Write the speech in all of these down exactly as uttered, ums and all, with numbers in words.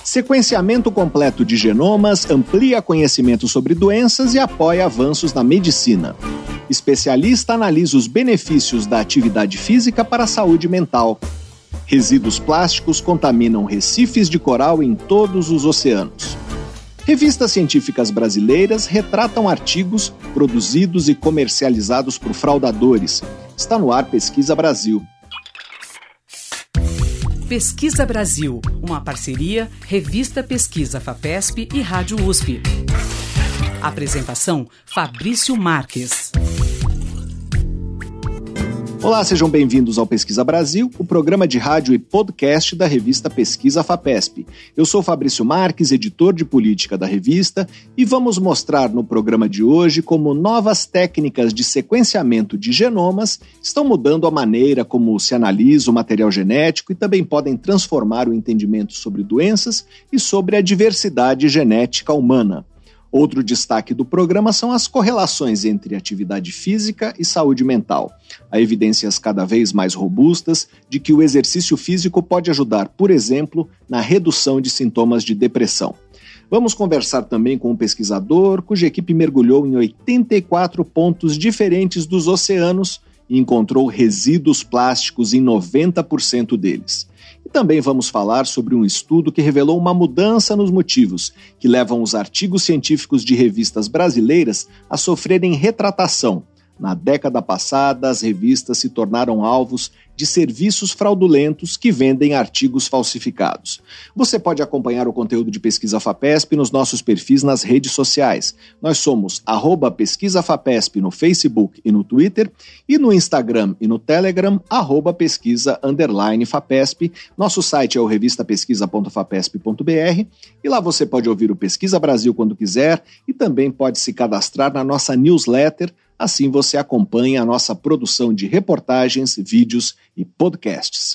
Sequenciamento completo de genomas amplia conhecimento sobre doenças e apoia avanços na medicina. Especialista analisa os benefícios da atividade física para a saúde mental. Resíduos plásticos contaminam recifes de coral em todos os oceanos. Revistas científicas brasileiras retratam artigos produzidos e comercializados por fraudadores. Está no ar Pesquisa Brasil. Pesquisa Brasil, uma parceria Revista Pesquisa FAPESP e Rádio U S P. Apresentação Fabrício Marques. Olá, sejam bem-vindos ao Pesquisa Brasil, o programa de rádio e podcast da revista Pesquisa FAPESP. Eu sou Fabrício Marques, editor de política da revista, e vamos mostrar no programa de hoje como novas técnicas de sequenciamento de genomas estão mudando a maneira como se analisa o material genético e também podem transformar o entendimento sobre doenças e sobre a diversidade genética humana. Outro destaque do programa são as correlações entre atividade física e saúde mental. Há evidências cada vez mais robustas de que o exercício físico pode ajudar, por exemplo, na redução de sintomas de depressão. Vamos conversar também com um pesquisador cuja equipe mergulhou em oitenta e quatro pontos diferentes dos oceanos e encontrou resíduos plásticos em noventa por cento deles. E também vamos falar sobre um estudo que revelou uma mudança nos motivos que levam os artigos científicos de revistas brasileiras a sofrerem retratação. Na década passada, as revistas se tornaram alvos de serviços fraudulentos que vendem artigos falsificados. Você pode acompanhar o conteúdo de Pesquisa FAPESP nos nossos perfis nas redes sociais. Nós somos arroba Pesquisa FAPESP no Facebook e no Twitter, e no Instagram e no Telegram, arroba Pesquisa underline FAPESP. Nosso site é o revista pesquisa ponto fapesp ponto b r, e lá você pode ouvir o Pesquisa Brasil quando quiser e também pode se cadastrar na nossa newsletter. Assim você acompanha a nossa produção de reportagens, vídeos e podcasts.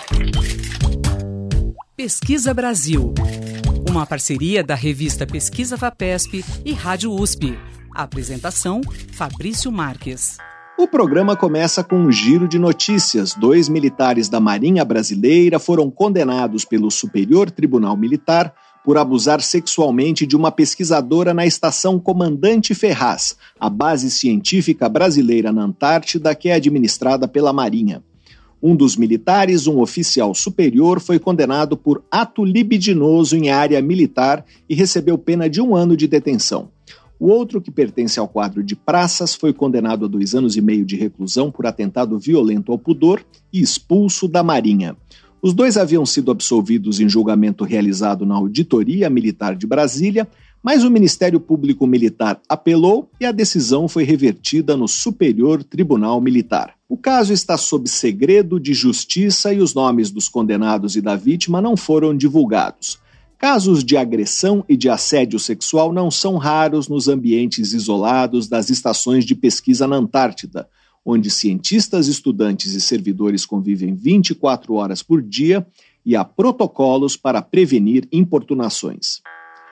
Pesquisa Brasil, uma parceria da revista Pesquisa FAPESP e Rádio U S P. Apresentação Fabrício Marques. O programa começa com um giro de notícias. Dois militares da Marinha Brasileira foram condenados pelo Superior Tribunal Militar por abusar sexualmente de uma pesquisadora na estação Comandante Ferraz, a base científica brasileira na Antártida que é administrada pela Marinha. Um dos militares, um oficial superior, foi condenado por ato libidinoso em área militar e recebeu pena de um ano de detenção. O outro, que pertence ao quadro de praças, foi condenado a dois anos e meio de reclusão por atentado violento ao pudor e expulso da Marinha. Os dois haviam sido absolvidos em julgamento realizado na Auditoria Militar de Brasília, mas o Ministério Público Militar apelou e a decisão foi revertida no Superior Tribunal Militar. O caso está sob segredo de justiça e os nomes dos condenados e da vítima não foram divulgados. Casos de agressão e de assédio sexual não são raros nos ambientes isolados das estações de pesquisa na Antártida, onde cientistas, estudantes e servidores convivem vinte e quatro horas por dia e há protocolos para prevenir importunações.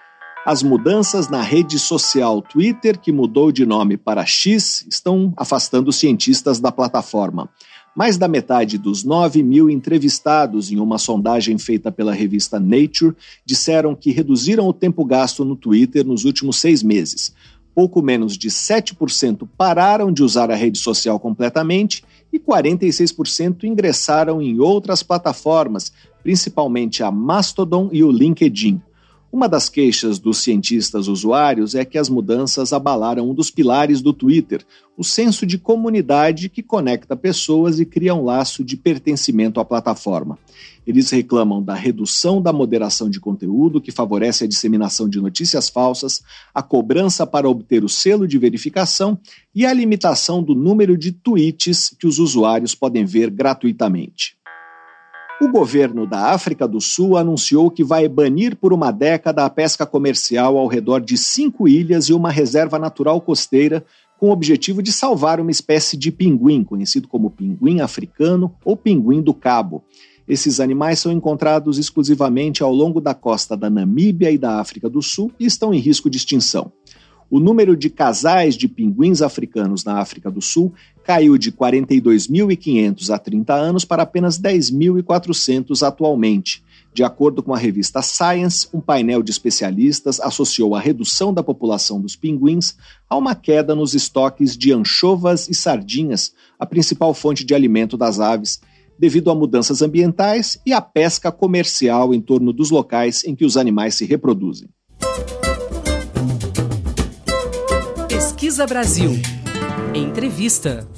As mudanças na rede social Twitter, que mudou de nome para X, estão afastando cientistas da plataforma. Mais da metade dos nove mil entrevistados em uma sondagem feita pela revista Nature disseram que reduziram o tempo gasto no Twitter nos últimos seis meses. Pouco menos de sete por cento pararam de usar a rede social completamente e quarenta e seis por cento ingressaram em outras plataformas, principalmente a Mastodon e o LinkedIn. Uma das queixas dos cientistas usuários é que as mudanças abalaram um dos pilares do Twitter, o senso de comunidade que conecta pessoas e cria um laço de pertencimento à plataforma. Eles reclamam da redução da moderação de conteúdo, que favorece a disseminação de notícias falsas, a cobrança para obter o selo de verificação e a limitação do número de tweets que os usuários podem ver gratuitamente. O governo da África do Sul anunciou que vai banir por uma década a pesca comercial ao redor de cinco ilhas e uma reserva natural costeira, com o objetivo de salvar uma espécie de pinguim, conhecido como pinguim africano ou pinguim do Cabo. Esses animais são encontrados exclusivamente ao longo da costa da Namíbia e da África do Sul e estão em risco de extinção. O número de casais de pinguins africanos na África do Sul caiu de quarenta e dois mil e quinhentos há trinta anos para apenas dez mil e quatrocentos atualmente. De acordo com a revista Science, um painel de especialistas associou a redução da população dos pinguins a uma queda nos estoques de anchovas e sardinhas, a principal fonte de alimento das aves, devido a mudanças ambientais e à pesca comercial em torno dos locais em que os animais se reproduzem. Pesquisa Brasil. Entrevista.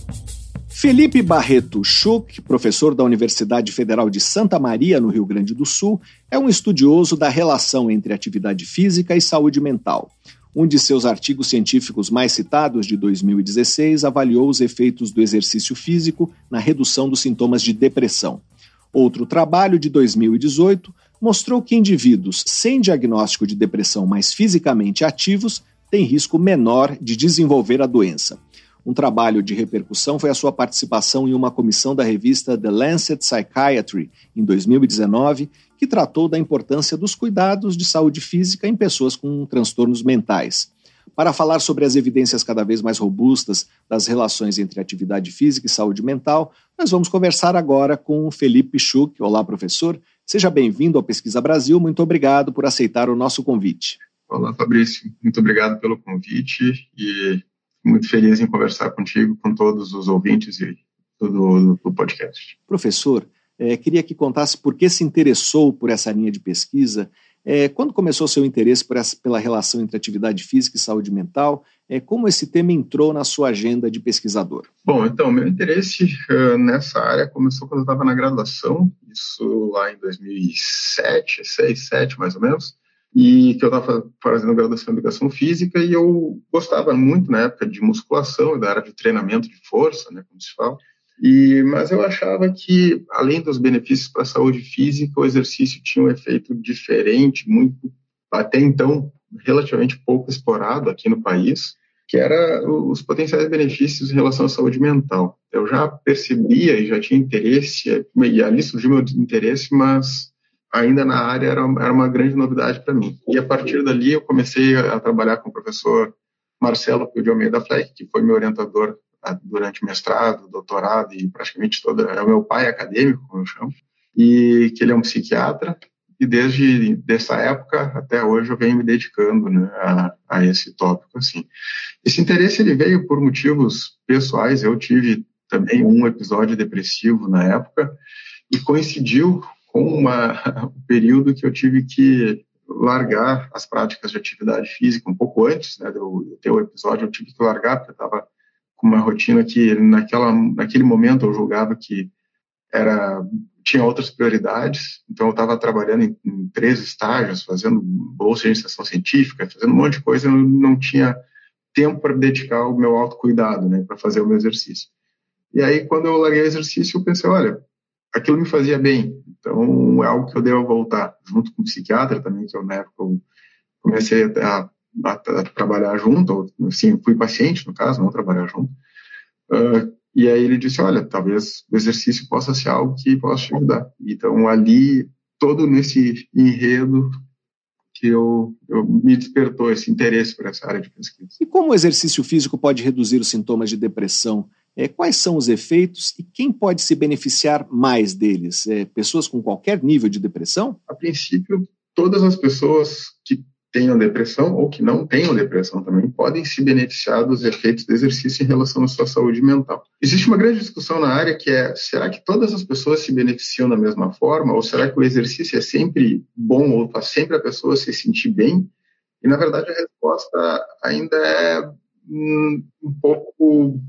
Felipe Barreto Schuch, professor da Universidade Federal de Santa Maria, no Rio Grande do Sul, é um estudioso da relação entre atividade física e saúde mental. Um de seus artigos científicos mais citados, de dois mil e dezesseis, avaliou os efeitos do exercício físico na redução dos sintomas de depressão. Outro trabalho, de dois mil e dezoito, mostrou que indivíduos sem diagnóstico de depressão, mas fisicamente ativos, têm risco menor de desenvolver a doença. Um trabalho de repercussão foi a sua participação em uma comissão da revista The Lancet Psychiatry, em dois mil e dezenove, que tratou da importância dos cuidados de saúde física em pessoas com transtornos mentais. Para falar sobre as evidências cada vez mais robustas das relações entre atividade física e saúde mental, nós vamos conversar agora com o Felipe Schuch. Olá, professor. Seja bem-vindo ao Pesquisa Brasil. Muito obrigado por aceitar o nosso convite. Olá, Fabrício. Muito obrigado pelo convite e muito feliz em conversar contigo, com todos os ouvintes e do, do podcast. Professor, é, queria que contasse por que se interessou por essa linha de pesquisa. É, quando começou o seu interesse por essa, pela relação entre atividade física e saúde mental, é, como esse tema entrou na sua agenda de pesquisador? Bom, então, meu interesse uh, nessa área começou quando eu estava na graduação, isso lá em dois mil e sete, dois mil e sete mais ou menos, e que eu estava fazendo graduação em Educação Física e eu gostava muito na época de musculação e da área de treinamento de força, né, como se fala, e, mas eu achava que, além dos benefícios para a saúde física, o exercício tinha um efeito diferente, muito, até então, relativamente pouco explorado aqui no país, que era os potenciais benefícios em relação à saúde mental. Eu já percebia e já tinha interesse, e ali surgiu meu interesse, mas ainda na área era, era uma grande novidade para mim. E a partir dali eu comecei a trabalhar com o professor Marcelo Pio de Almeida Fleck, que foi meu orientador durante mestrado, doutorado e praticamente toda, é o meu pai acadêmico, como eu chamo, e que ele é um psiquiatra, e desde dessa época até hoje eu venho me dedicando, né, a, a esse tópico, assim. Esse interesse ele veio por motivos pessoais. Eu tive também um episódio depressivo na época e coincidiu com uma, um período que eu tive que largar as práticas de atividade física um pouco antes, né, de eu ter o episódio. Eu tive que largar porque eu estava com uma rotina que naquela, naquele momento eu julgava que era, tinha outras prioridades. Então eu estava trabalhando em, em três estágios, fazendo bolsa de iniciação científica, fazendo um monte de coisa, e eu não tinha tempo para dedicar o meu autocuidado, né, para fazer o meu exercício. E aí quando eu larguei o exercício eu pensei, olha, aquilo me fazia bem, então é algo que eu devo voltar, junto com o psiquiatra também, que eu, na época eu comecei a, a, a trabalhar junto, assim, fui paciente, no caso, não trabalhar junto, uh, e aí ele disse, olha, talvez o exercício possa ser algo que possa te ajudar. Então ali, todo nesse enredo, que eu, eu me despertou esse interesse por essa área de pesquisa. E como o exercício físico pode reduzir os sintomas de depressão? É, quais são os efeitos e quem pode se beneficiar mais deles? É, pessoas com qualquer nível de depressão? A princípio, todas as pessoas que tenham depressão ou que não tenham depressão também podem se beneficiar dos efeitos do exercício em relação à sua saúde mental. Existe uma grande discussão na área que é, será que todas as pessoas se beneficiam da mesma forma? Ou será que o exercício é sempre bom ou faz sempre a pessoa se sentir bem? E, na verdade, a resposta ainda é um, um pouco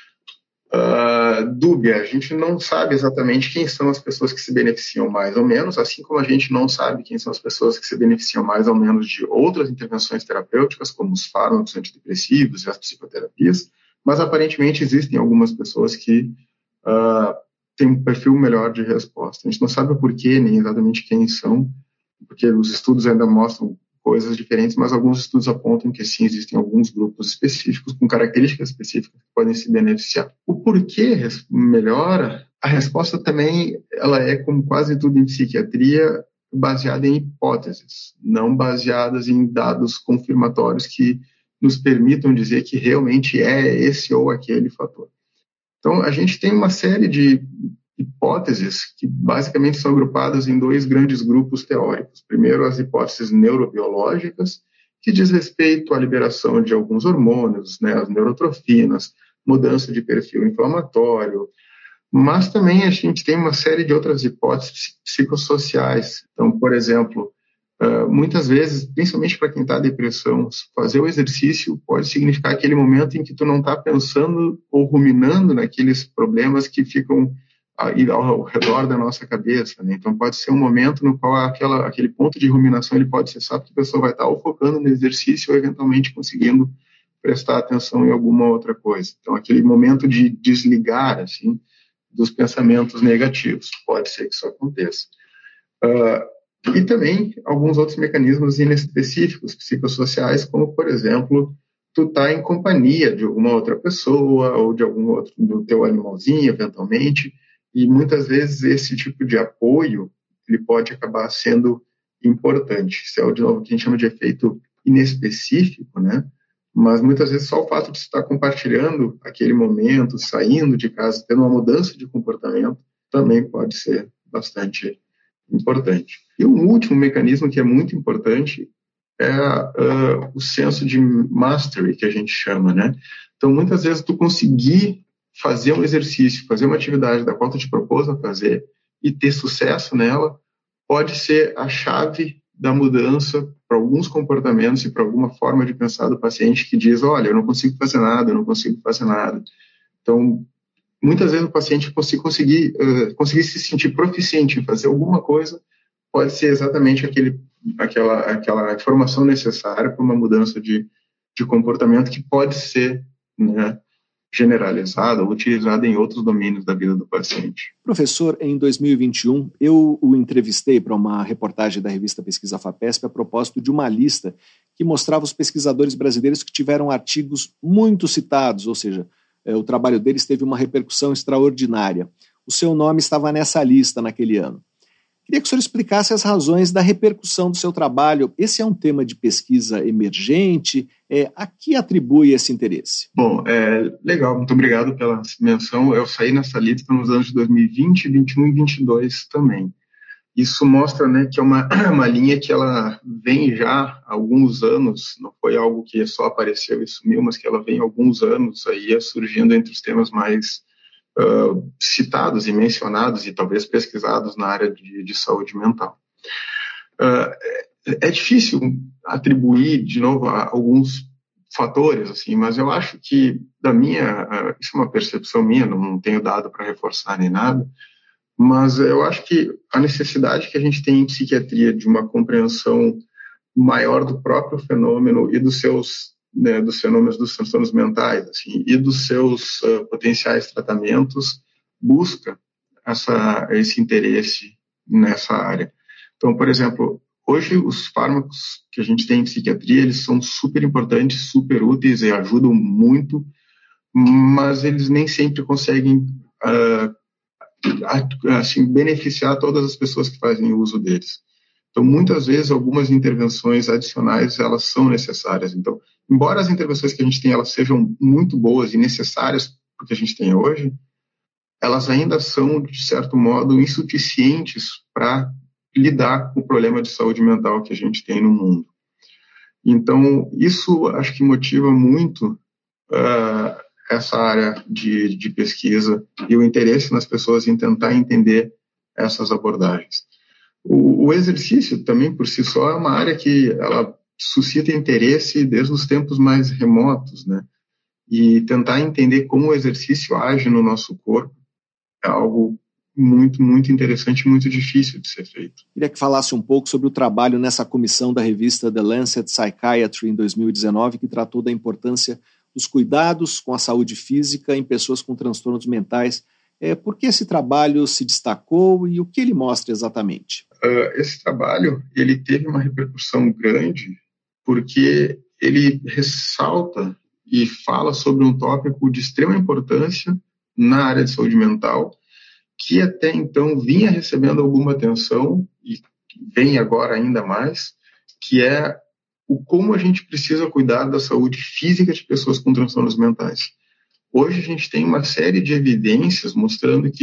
Uh, dúbia. A gente não sabe exatamente quem são as pessoas que se beneficiam mais ou menos, assim como a gente não sabe quem são as pessoas que se beneficiam mais ou menos de outras intervenções terapêuticas, como os fármacos antidepressivos e as psicoterapias, mas aparentemente existem algumas pessoas que uh, têm um perfil melhor de resposta. A gente não sabe o porquê, nem exatamente quem são, porque os estudos ainda mostram coisas diferentes, mas alguns estudos apontam que sim, existem alguns grupos específicos com características específicas que podem se beneficiar. O porquê melhora, a resposta também ela é, como quase tudo em psiquiatria, baseada em hipóteses, não baseadas em dados confirmatórios que nos permitam dizer que realmente é esse ou aquele fator. Então, a gente tem uma série de hipóteses que basicamente são agrupadas em dois grandes grupos teóricos. Primeiro, as hipóteses neurobiológicas, que diz respeito à liberação de alguns hormônios, né, as neurotrofinas, mudança de perfil inflamatório, mas também a gente tem uma série de outras hipóteses psicossociais. Então, por exemplo, Uh, muitas vezes, principalmente para quem está em depressão, fazer o exercício pode significar aquele momento em que tu não está pensando ou ruminando naqueles problemas que ficam aí ao redor da nossa cabeça, né? Então pode ser um momento no qual aquela, aquele ponto de ruminação ele pode cessar, porque a pessoa vai estar ou focando no exercício ou eventualmente conseguindo prestar atenção em alguma outra coisa. Então aquele momento de desligar assim, dos pensamentos negativos, pode ser que isso aconteça. Uh, E também alguns outros mecanismos inespecíficos psicossociais, como, por exemplo, tu tá em companhia de alguma outra pessoa ou de algum outro, do teu animalzinho, eventualmente, e muitas vezes esse tipo de apoio, ele pode acabar sendo importante. Isso é, de novo, o que a gente chama de efeito inespecífico, né? Mas muitas vezes só o fato de estar compartilhando aquele momento, saindo de casa, tendo uma mudança de comportamento, também pode ser bastante importante. E um último mecanismo que é muito importante é uh, o senso de mastery, que a gente chama, né? Então, muitas vezes, tu conseguir fazer um exercício, fazer uma atividade da qual tu te propôs a fazer e ter sucesso nela, pode ser a chave da mudança para alguns comportamentos e para alguma forma de pensar do paciente que diz, olha, eu não consigo fazer nada, eu não consigo fazer nada. Então, muitas vezes o paciente conseguir, uh, conseguir se sentir proficiente em fazer alguma coisa pode ser exatamente aquele, aquela, aquela informação necessária para uma mudança de, de comportamento que pode ser, né, generalizada ou utilizada em outros domínios da vida do paciente. Professor, em dois mil e vinte e um, eu o entrevistei para uma reportagem da revista Pesquisa FAPESP a propósito de uma lista que mostrava os pesquisadores brasileiros que tiveram artigos muito citados, ou seja, o trabalho deles teve uma repercussão extraordinária. O seu nome estava nessa lista naquele ano. Queria que o senhor explicasse as razões da repercussão do seu trabalho. Esse é um tema de pesquisa emergente. É, a que atribui esse interesse? Bom, é, legal, muito obrigado pela menção. Eu saí nessa lista nos anos de dois mil e vinte, vinte e um e vinte e dois também. Isso mostra, né, que é uma, uma linha que ela vem já há alguns anos, não foi algo que só apareceu e sumiu, mas que ela vem há alguns anos aí surgindo entre os temas mais uh, citados e mencionados e talvez pesquisados na área de, de saúde mental. Uh, é, é difícil atribuir, de novo, a alguns fatores, assim, mas eu acho que, da minha, uh, isso é uma percepção minha, não tenho dado para reforçar nem nada, mas eu acho que a necessidade que a gente tem em psiquiatria de uma compreensão maior do próprio fenômeno e dos seus, né, dos fenômenos dos transtornos mentais, assim, e dos seus uh, potenciais tratamentos, busca essa, esse interesse nessa área. Então, por exemplo, hoje os fármacos que a gente tem em psiquiatria, eles são super importantes, super úteis e ajudam muito, mas eles nem sempre conseguem uh, assim, beneficiar todas as pessoas que fazem uso deles. Então, muitas vezes, algumas intervenções adicionais, elas são necessárias. Então, embora as intervenções que a gente tem, elas sejam muito boas e necessárias para o que a gente tem hoje, elas ainda são, de certo modo, insuficientes para lidar com o problema de saúde mental que a gente tem no mundo. Então, isso acho que motiva muito uh, essa área de, de pesquisa e o interesse nas pessoas em tentar entender essas abordagens. O, o exercício também, por si só, é uma área que ela suscita interesse desde os tempos mais remotos, né? E tentar entender como o exercício age no nosso corpo é algo muito, muito interessante e muito difícil de ser feito. Queria que falasse um pouco sobre o trabalho nessa comissão da revista The Lancet Psychiatry em dois mil e dezenove, que tratou da importância dos cuidados com a saúde física em pessoas com transtornos mentais. É, por que esse trabalho se destacou e o que ele mostra exatamente? Uh, esse trabalho ele teve uma repercussão grande porque ele ressalta e fala sobre um tópico de extrema importância na área de saúde mental, que até então vinha recebendo alguma atenção e vem agora ainda mais, que é o como a gente precisa cuidar da saúde física de pessoas com transtornos mentais. Hoje a gente tem uma série de evidências mostrando que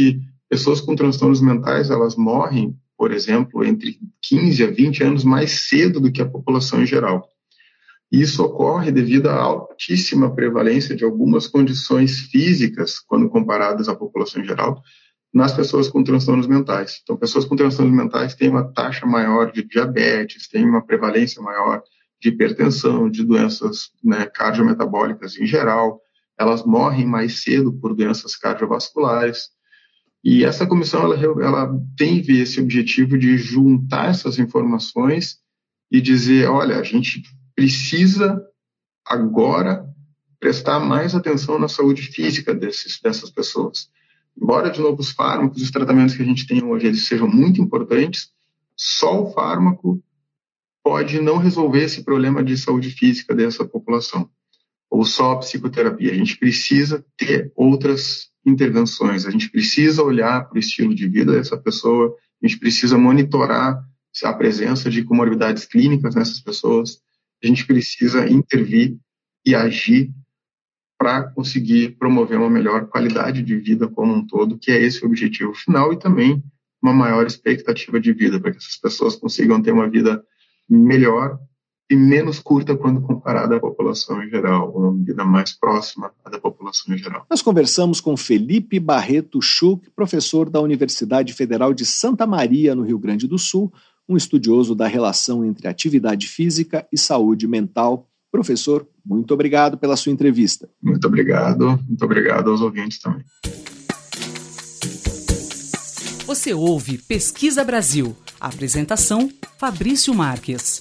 pessoas com transtornos mentais, elas morrem, por exemplo, entre quinze a vinte anos mais cedo do que a população em geral. Isso ocorre devido à altíssima prevalência de algumas condições físicas, quando comparadas à população em geral, nas pessoas com transtornos mentais. Então, pessoas com transtornos mentais têm uma taxa maior de diabetes, têm uma prevalência maior de hipertensão, de doenças, né, cardiometabólicas em geral. Elas morrem mais cedo por doenças cardiovasculares. E essa comissão ela, ela teve esse objetivo de juntar essas informações e dizer, olha, a gente precisa agora prestar mais atenção na saúde física desses, dessas pessoas. Embora, de novo, os fármacos, os tratamentos que a gente tem hoje, eles sejam muito importantes, só o fármaco pode não resolver esse problema de saúde física dessa população, ou só a psicoterapia. A gente precisa ter outras intervenções, a gente precisa olhar para o estilo de vida dessa pessoa, a gente precisa monitorar a presença de comorbidades clínicas nessas pessoas, a gente precisa intervir e agir para conseguir promover uma melhor qualidade de vida como um todo, que é esse o objetivo final, e também uma maior expectativa de vida, para que essas pessoas consigam ter uma vida melhor e menos curta quando comparada à população em geral, uma vida mais próxima à da população em geral. Nós conversamos com Felipe Barreto Schuch, professor da Universidade Federal de Santa Maria, no Rio Grande do Sul, um estudioso da relação entre atividade física e saúde mental. Professor, muito obrigado pela sua entrevista. Muito obrigado, muito obrigado aos ouvintes também. Você ouve Pesquisa Brasil. A apresentação, Fabrício Marques.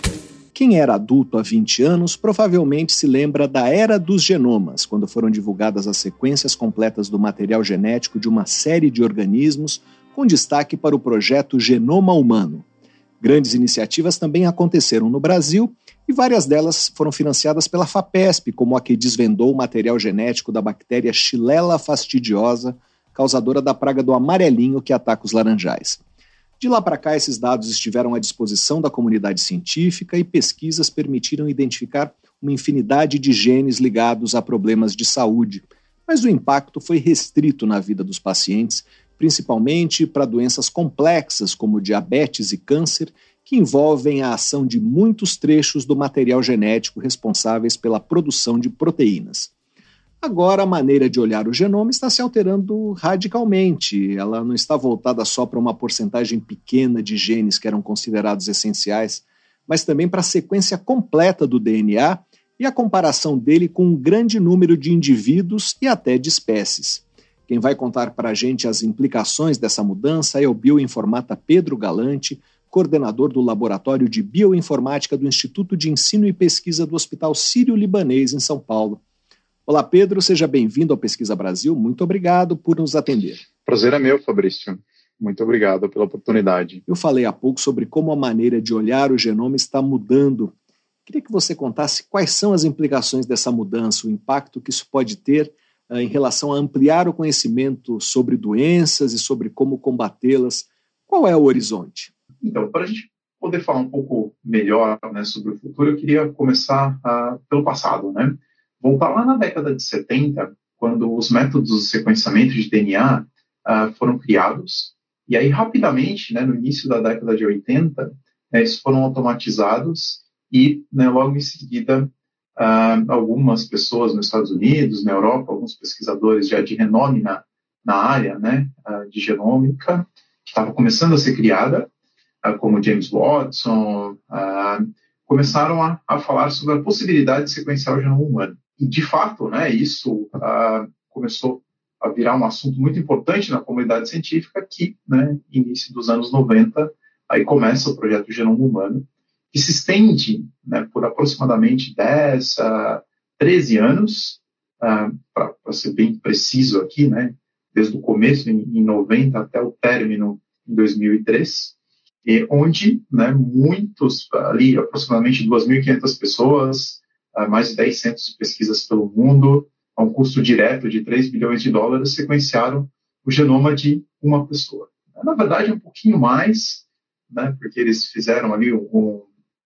Quem era adulto há vinte anos provavelmente se lembra da Era dos Genomas, quando foram divulgadas as sequências completas do material genético de uma série de organismos, com destaque para o projeto Genoma Humano. Grandes iniciativas também aconteceram no Brasil e várias delas foram financiadas pela FAPESP, como a que desvendou o material genético da bactéria Xylella fastidiosa, causadora da praga do amarelinho que ataca os laranjais. De lá para cá, esses dados estiveram à disposição da comunidade científica e pesquisas permitiram identificar uma infinidade de genes ligados a problemas de saúde, mas o impacto foi restrito na vida dos pacientes, principalmente para doenças complexas como diabetes e câncer, que envolvem a ação de muitos trechos do material genético responsáveis pela produção de proteínas. Agora, a maneira de olhar o genoma está se alterando radicalmente. Ela não está voltada só para uma porcentagem pequena de genes que eram considerados essenciais, mas também para a sequência completa do D N A e a comparação dele com um grande número de indivíduos e até de espécies. Quem vai contar para a gente as implicações dessa mudança é o bioinformata Pedro Galante, coordenador do Laboratório de Bioinformática do Instituto de Ensino e Pesquisa do Hospital Sírio-Libanês, em São Paulo. Olá, Pedro, seja bem-vindo ao Pesquisa Brasil. Muito obrigado por nos atender. Prazer é meu, Fabrício. Muito obrigado pela oportunidade. Eu falei há pouco sobre como a maneira de olhar o genoma está mudando. Queria que você contasse quais são as implicações dessa mudança, o impacto que isso pode ter uh, em relação a ampliar o conhecimento sobre doenças e sobre como combatê-las. Qual é o horizonte? Então, para a gente poder falar um pouco melhor, né, sobre o futuro, eu queria começar uh, pelo passado, né? Voltar lá na década de setenta, quando os métodos de sequenciamento de D N A uh, foram criados, e aí rapidamente, né, no início da década de oitenta, né, eles foram automatizados e, né, logo em seguida, uh, algumas pessoas nos Estados Unidos, na Europa, alguns pesquisadores já de renome na, na área, né, uh, de genômica, que estava começando a ser criada, uh, como James Watson, uh, começaram a, a falar sobre a possibilidade de sequenciar o genoma humano. E, de fato, né, isso uh, começou a virar um assunto muito importante na comunidade científica que, né, início dos anos noventa, aí começa o projeto Genoma Humano, que se estende, né, por aproximadamente dez a treze anos, uh, para ser bem preciso aqui, né, desde o começo, em, em noventa, até o término, em dois mil e três, e onde, né, muitos, ali, aproximadamente duas mil e quinhentas pessoas, uh, mais de dez centros de pesquisas pelo mundo, a um custo direto de três bilhões de dólares, sequenciaram o genoma de uma pessoa. Na verdade, um pouquinho mais, né, porque eles fizeram ali um,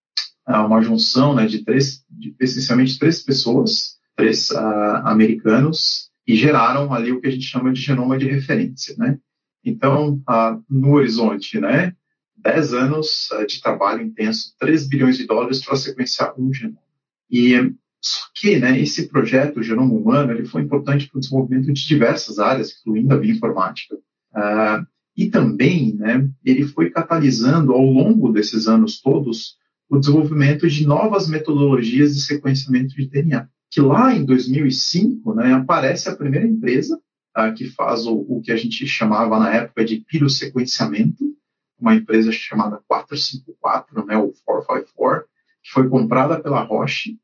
uma junção, né, de, três, de essencialmente três pessoas, três uh, americanos, e geraram ali o que a gente chama de genoma de referência, né? Então, uh, no horizonte, né, dez anos uh, de trabalho intenso, três bilhões de dólares para sequenciar um genoma. E só que, né, esse projeto, o Genoma Humano, ele foi importante para o desenvolvimento de diversas áreas, incluindo a bioinformática. Uh, e também, né, ele foi catalisando, ao longo desses anos todos, o desenvolvimento de novas metodologias de sequenciamento de D N A. Que lá em dois mil e cinco, né, aparece a primeira empresa uh, que faz o, o que a gente chamava na época de pirossequenciamento, uma empresa chamada quatrocentos e cinquenta e quatro, né, ou quatrocentos e cinquenta e quatro, que foi comprada pela Roche,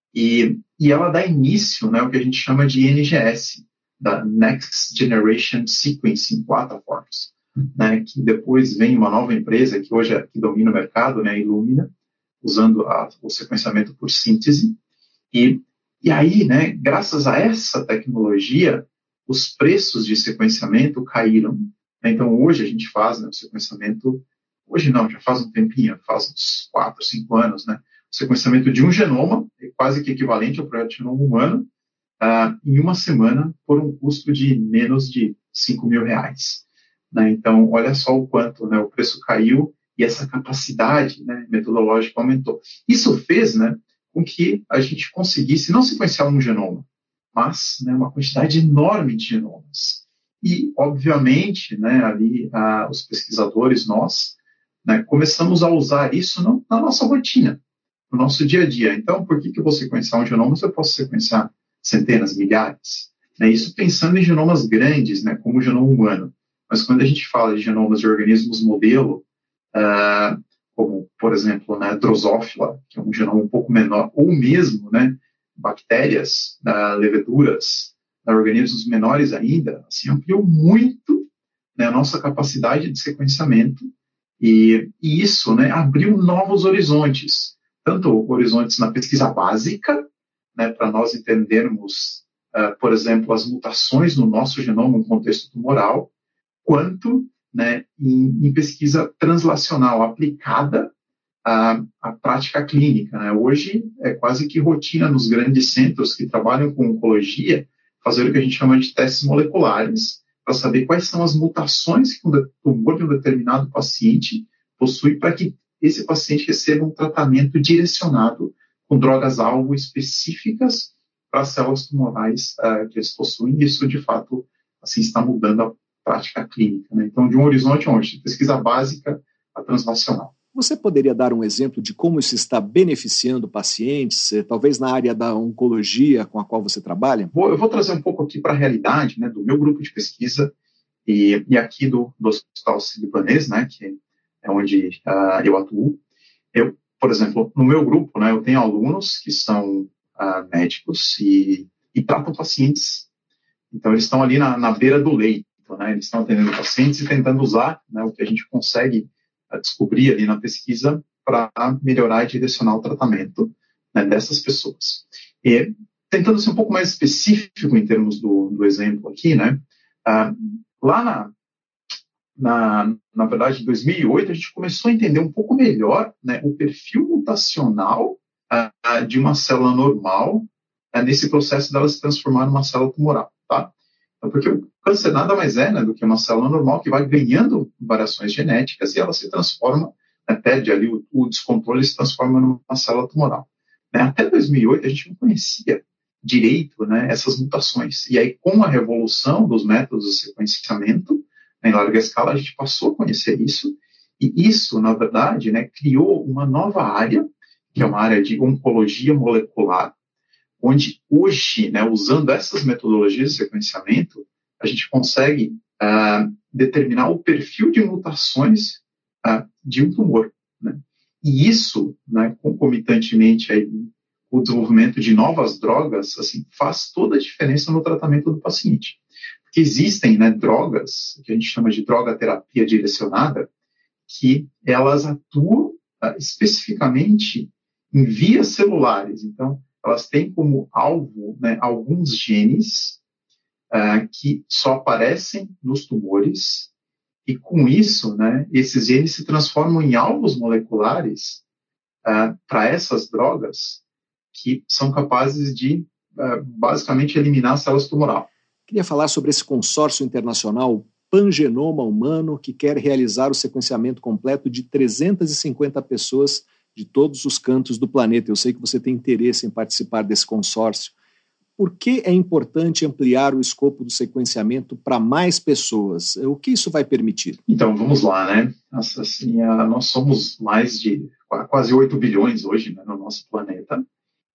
e, e ela dá início, né, ao que a gente chama de N G S, da Next Generation Sequencing Platforms, né, que depois vem uma nova empresa que hoje é, que domina o mercado, né, a Illumina, usando a, o sequenciamento por síntese, e, e aí, né, graças a essa tecnologia, os preços de sequenciamento caíram. Então, hoje a gente faz, né, o sequenciamento, hoje não, já faz um tempinho, faz uns quatro, cinco anos, né, o sequenciamento de um genoma, é quase que equivalente ao projeto Genoma Humano, uh, em uma semana, por um custo de menos de cinco mil reais. Né? Então, olha só o quanto, né, o preço caiu e essa capacidade, né, metodológica aumentou. Isso fez, né, com que a gente conseguisse não sequenciar um genoma, mas, né, uma quantidade enorme de genomas. E, obviamente, né, ali ah, os pesquisadores, nós, né, começamos a usar isso no, na nossa rotina, no nosso dia a dia. Então, por que, que eu vou sequenciar um genoma se eu posso sequenciar centenas, milhares? Né, isso pensando em genomas grandes, né, como o genoma humano. Mas quando a gente fala de genomas de organismos modelo, ah, como, por exemplo, né, Drosophila, que é um genoma um pouco menor, ou mesmo, né, bactérias, uh, leveduras, uh, organismos menores ainda, assim, ampliou muito, né, a nossa capacidade de sequenciamento e, e isso, né, abriu novos horizontes, tanto horizontes na pesquisa básica, né, para nós entendermos, uh, por exemplo, as mutações no nosso genoma no contexto tumoral, quanto, né, em, em pesquisa translacional aplicada A, a prática clínica, né? Hoje é quase que rotina nos grandes centros que trabalham com oncologia fazer o que a gente chama de testes moleculares para saber quais são as mutações que o tumor de um determinado paciente possui para que esse paciente receba um tratamento direcionado com drogas-alvo específicas para as células tumorais uh, que eles possuem. E isso, de fato, assim, está mudando a prática clínica, né? Então, de um horizonte onde pesquisa básica a translacional. Você poderia dar um exemplo de como isso está beneficiando pacientes, talvez na área da oncologia com a qual você trabalha? Vou, eu vou trazer um pouco aqui para a realidade, né, do meu grupo de pesquisa e, e aqui do, do Hospital Sírio-Libanês, né, que é onde uh, eu atuo. Eu, por exemplo, no meu grupo, né, eu tenho alunos que são uh, médicos e, e tratam pacientes. Então, eles estão ali na, na beira do leito, né, eles estão atendendo pacientes e tentando usar, né, o que a gente consegue a descobrir ali na pesquisa para melhorar e direcionar o tratamento, né, dessas pessoas. E tentando ser um pouco mais específico em termos do, do exemplo aqui, né, ah, lá na, na, na verdade, em dois mil e oito, a gente começou a entender um pouco melhor, né, o perfil mutacional ah, de uma célula normal ah, nesse processo dela se transformar numa célula tumoral, tá? Porque o câncer nada mais é, né, do que uma célula normal que vai ganhando variações genéticas e ela se transforma, né, perde ali o, o descontrole e se transforma numa célula tumoral. Né? Até dois mil e oito a gente não conhecia direito, né, essas mutações. E aí com a revolução dos métodos de sequenciamento, né, em larga escala, a gente passou a conhecer isso. E isso, na verdade, né, criou uma nova área, que é uma área de oncologia molecular, onde hoje, né, usando essas metodologias de sequenciamento, a gente consegue uh, determinar o perfil de mutações uh, de um tumor. Né? E isso, né, concomitantemente aí, o desenvolvimento de novas drogas, assim, faz toda a diferença no tratamento do paciente. Porque existem, né, drogas, que a gente chama de droga-terapia direcionada, que elas atuam uh, especificamente em vias celulares. Então, elas têm como alvo, né, alguns genes uh, que só aparecem nos tumores e, com isso, né, esses genes se transformam em alvos moleculares uh, para essas drogas que são capazes de, uh, basicamente, eliminar células tumorais. Queria falar sobre esse consórcio internacional Pangenoma Humano, que quer realizar o sequenciamento completo de trezentas e cinquenta pessoas de todos os cantos do planeta. Eu sei que você tem interesse em participar desse consórcio. Por que é importante ampliar o escopo do sequenciamento para mais pessoas? O que isso vai permitir? Então, vamos lá, né? Assim, nós somos mais de quase oito bilhões hoje, né, no nosso planeta.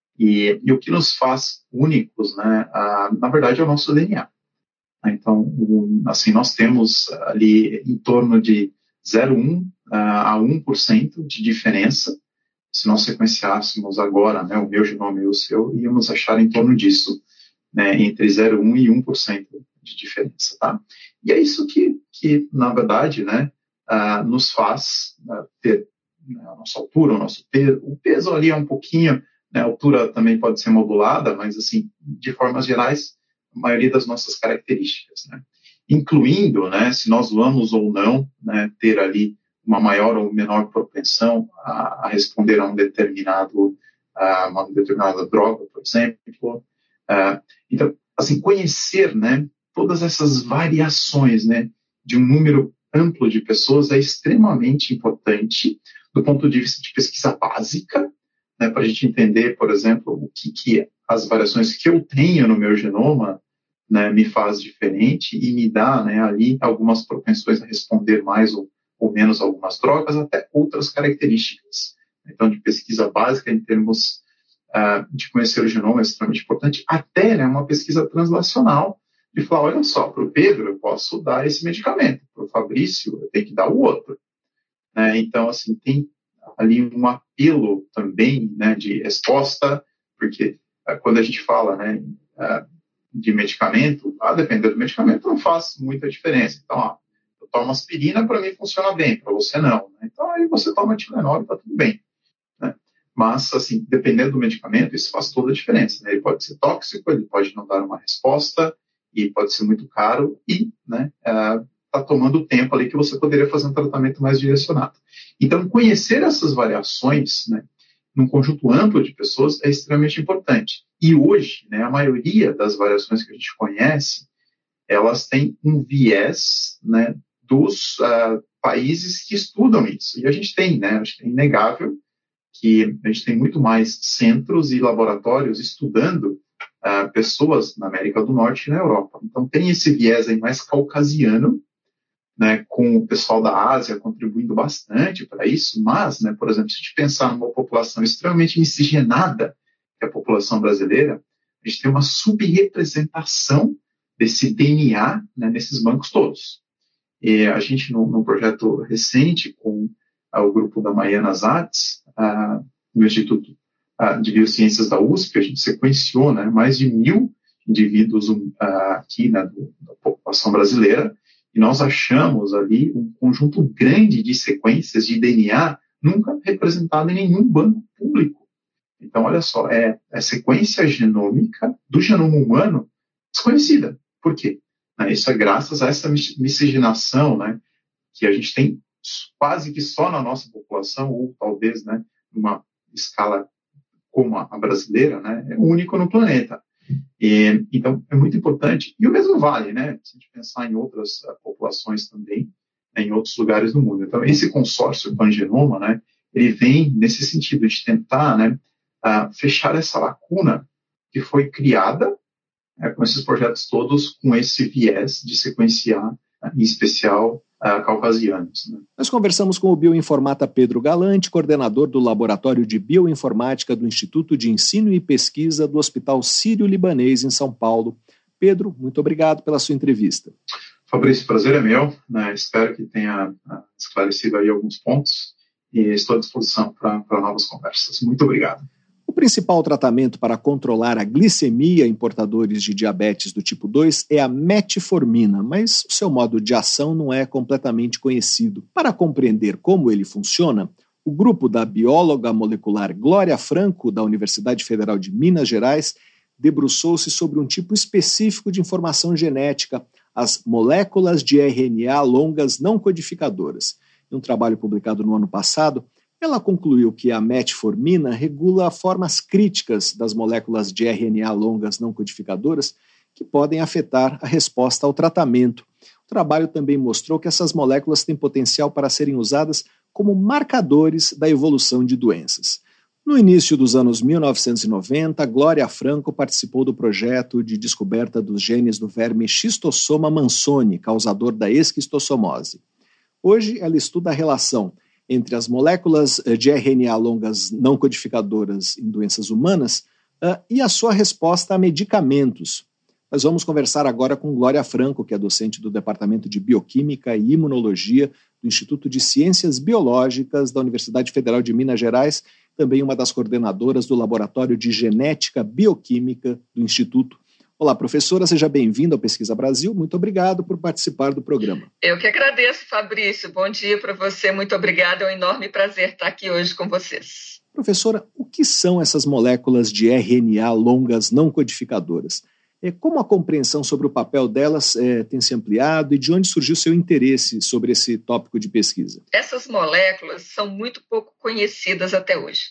E, e o que nos faz únicos, né, a, na verdade, é o nosso D N A. Então, um, assim, nós temos ali em torno de zero vírgula um a um por cento de diferença. Se nós sequenciássemos agora, né, o meu genoma e o seu, íamos achar em torno disso, né, entre zero vírgula um e um por cento de diferença, tá? E é isso que, que na verdade, né, uh, nos faz uh, ter, né, a nossa altura, o nosso peso. O peso ali é um pouquinho, né, a altura também pode ser modulada, mas, assim, de formas gerais, a maioria das nossas características, né? Incluindo, né, se nós vamos ou não, né, ter ali uma maior ou menor propensão a, a responder a um determinado, a uma determinada droga, por exemplo. Uh, então, assim, conhecer, né, todas essas variações, né, de um número amplo de pessoas é extremamente importante do ponto de vista de pesquisa básica, né, para a gente entender, por exemplo, o que, que as variações que eu tenho no meu genoma, né, me faz diferente e me dá, né, ali algumas propensões a responder mais ou, ou menos algumas drogas, até outras características. Então, de pesquisa básica em termos uh, de conhecer o genoma é extremamente importante, até, né, uma pesquisa translacional, de falar, olha só, para o Pedro eu posso dar esse medicamento, para o Fabrício eu tenho que dar o outro. Né? Então, assim, tem ali um apelo também, né, de resposta, porque uh, quando a gente fala, né, uh, de medicamento, a depender do medicamento não faz muita diferença. Então, ó, eu tomo aspirina, para mim funciona bem, para você não. Né? Então, aí você toma Tilenol e está tudo bem. Né? Mas, assim, dependendo do medicamento, isso faz toda a diferença. Né? Ele pode ser tóxico, ele pode não dar uma resposta, e pode ser muito caro, e, né, está tomando tempo ali que você poderia fazer um tratamento mais direcionado. Então, conhecer essas variações, né, num conjunto amplo de pessoas é extremamente importante. E hoje, né, a maioria das variações que a gente conhece, elas têm um viés, né, dos uh, países que estudam isso. E a gente tem, né, acho que é inegável que a gente tem muito mais centros e laboratórios estudando uh, pessoas na América do Norte e na Europa. Então tem esse viés aí mais caucasiano, né, com o pessoal da Ásia contribuindo bastante para isso, mas, né, por exemplo, se a gente pensar numa população extremamente miscigenada, que é a população brasileira, a gente tem uma subrepresentação desse D N A, né, nesses bancos todos. E a gente, no, no projeto recente, com uh, o grupo da Maiana Zatz, uh, no Instituto uh, de Biociências da U S P, a gente sequenciou, né, mais de mil indivíduos uh, aqui, né, do, da população brasileira, e nós achamos ali um conjunto grande de sequências de D N A nunca representado em nenhum banco público. Então, olha só, é a sequência genômica do genoma humano desconhecida. Por quê? Isso é graças a essa miscigenação, né, que a gente tem quase que só na nossa população, ou talvez, né, numa escala como a brasileira, né, é único no planeta. E, então, é muito importante. E o mesmo vale, né, se a gente pensar em outras uh, populações também, né, em outros lugares do mundo. Então, esse consórcio Pangenoma, né, ele vem nesse sentido de tentar, né, uh, fechar essa lacuna que foi criada, né, com esses projetos todos, com esse viés de sequenciar, uh, em especial, Uh, caucasianos. Né? Nós conversamos com o bioinformata Pedro Galante, coordenador do Laboratório de Bioinformática do Instituto de Ensino e Pesquisa do Hospital Sírio-Libanês, em São Paulo. Pedro, muito obrigado pela sua entrevista. Fabrício, prazer é meu. Né? Espero que tenha uh, esclarecido aí alguns pontos e estou à disposição para novas conversas. Muito obrigado. O principal tratamento para controlar a glicemia em portadores de diabetes do tipo dois é a metformina, mas o seu modo de ação não é completamente conhecido. Para compreender como ele funciona, o grupo da bióloga molecular Glória Franco, da Universidade Federal de Minas Gerais, debruçou-se sobre um tipo específico de informação genética, as moléculas de R N A longas não codificadoras. Em um trabalho publicado no ano passado, ela concluiu que a metformina regula formas críticas das moléculas de R N A longas não codificadoras que podem afetar a resposta ao tratamento. O trabalho também mostrou que essas moléculas têm potencial para serem usadas como marcadores da evolução de doenças. No início dos anos mil novecentos e noventa, Glória Franco participou do projeto de descoberta dos genes do verme Schistossoma mansoni, causador da esquistossomose. Hoje, ela estuda a relação entre as moléculas de R N A longas não codificadoras em doenças humanas uh, e a sua resposta a medicamentos. Nós vamos conversar agora com Glória Franco, que é docente do Departamento de Bioquímica e Imunologia do Instituto de Ciências Biológicas da Universidade Federal de Minas Gerais, também uma das coordenadoras do Laboratório de Genética Bioquímica do Instituto. Olá, professora, seja bem-vinda ao Pesquisa Brasil. Muito obrigado por participar do programa. Eu que agradeço, Fabrício. Bom dia para você. Muito obrigada. É um enorme prazer estar aqui hoje com vocês. Professora, o que são essas moléculas de R N A longas não codificadoras? Como a compreensão sobre o papel delas é, tem se ampliado e de onde surgiu seu interesse sobre esse tópico de pesquisa? Essas moléculas são muito pouco conhecidas até hoje.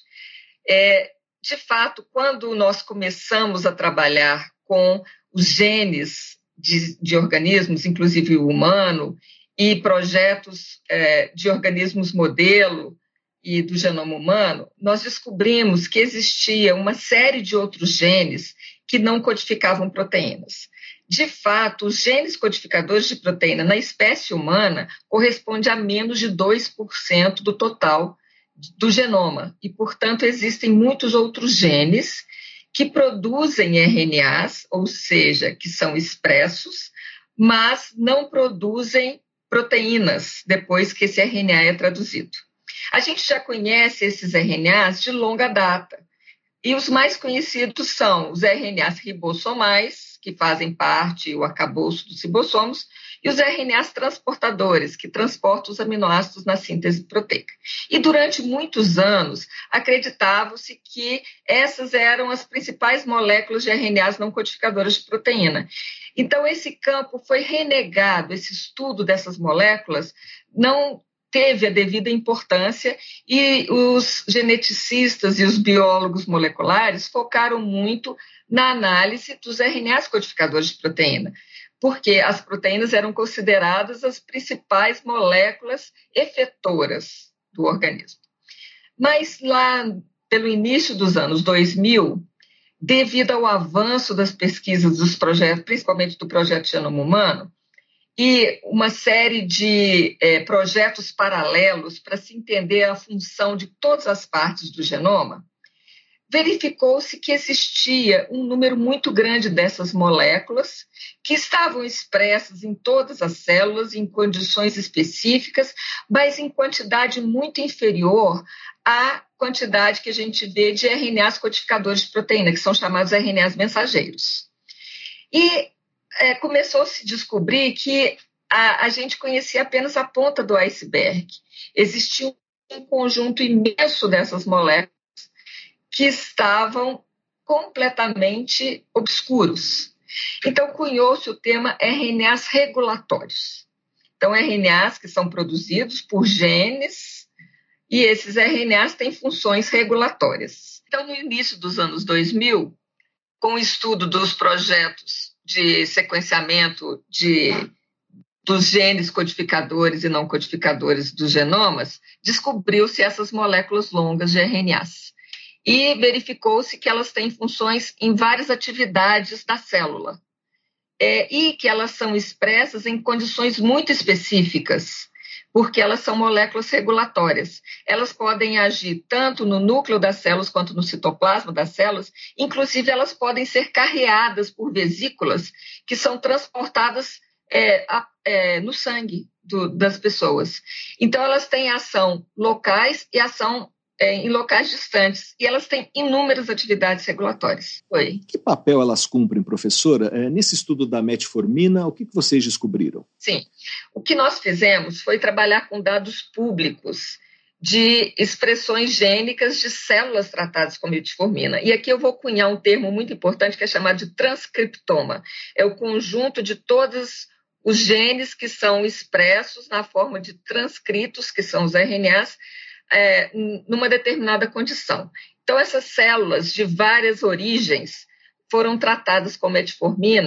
É, de fato, quando nós começamos a trabalhar com os genes de, de organismos, inclusive o humano, e projetos é, de organismos modelo e do genoma humano, nós descobrimos que existia uma série de outros genes que não codificavam proteínas. De fato, os genes codificadores de proteína na espécie humana correspondem a menos de dois por cento do total do genoma. E, portanto, existem muitos outros genes que produzem R N As, ou seja, que são expressos, mas não produzem proteínas depois que esse R N A é traduzido. A gente já conhece esses R N As de longa data. E os mais conhecidos são os R N As ribossomais, que fazem parte do arcabouço dos ribossomos, e os R N As transportadores, que transportam os aminoácidos na síntese proteica. E durante muitos anos, acreditava-se que essas eram as principais moléculas de R N As não codificadoras de proteína. Então, esse campo foi renegado, esse estudo dessas moléculas não teve a devida importância e os geneticistas e os biólogos moleculares focaram muito na análise dos R N As codificadores de proteína, porque as proteínas eram consideradas as principais moléculas efetoras do organismo. Mas lá pelo início dos anos dois mil, devido ao avanço das pesquisas dos projetos, principalmente do projeto Genoma Humano, e uma série de é, projetos paralelos para se entender a função de todas as partes do genoma, verificou-se que existia um número muito grande dessas moléculas que estavam expressas em todas as células, em condições específicas, mas em quantidade muito inferior à quantidade que a gente vê de R N As codificadores de proteína, que são chamados R N As mensageiros. E É, começou a se descobrir que a, a gente conhecia apenas a ponta do iceberg. Existia um conjunto imenso dessas moléculas que estavam completamente obscuros. Então, cunhou-se o tema R N As regulatórios. Então, R N As que são produzidos por genes e esses R N As têm funções regulatórias. Então, no início dos anos dois mil, com o estudo dos projetos de sequenciamento de, dos genes codificadores e não codificadores dos genomas, descobriu-se essas moléculas longas de R N As. E verificou-se que elas têm funções em várias atividades da célula. É, e que elas são expressas em condições muito específicas, porque elas são moléculas regulatórias. Elas podem agir tanto no núcleo das células quanto no citoplasma das células, inclusive elas podem ser carreadas por vesículas que são transportadas é, a, é, no sangue do, das pessoas. Então, elas têm ação locais e ação é, em locais distantes, e elas têm inúmeras atividades regulatórias. Oi. Que papel elas cumprem, professora? É, nesse estudo da metformina, o que, que vocês descobriram? Sim, o que nós fizemos foi trabalhar com dados públicos de expressões gênicas de células tratadas com metformina. E aqui eu vou cunhar um termo muito importante que é chamado de transcriptoma. É o conjunto de todos os genes que são expressos na forma de transcritos, que são os R N As, é, numa determinada condição. Então, essas células de várias origens foram tratadas com metformina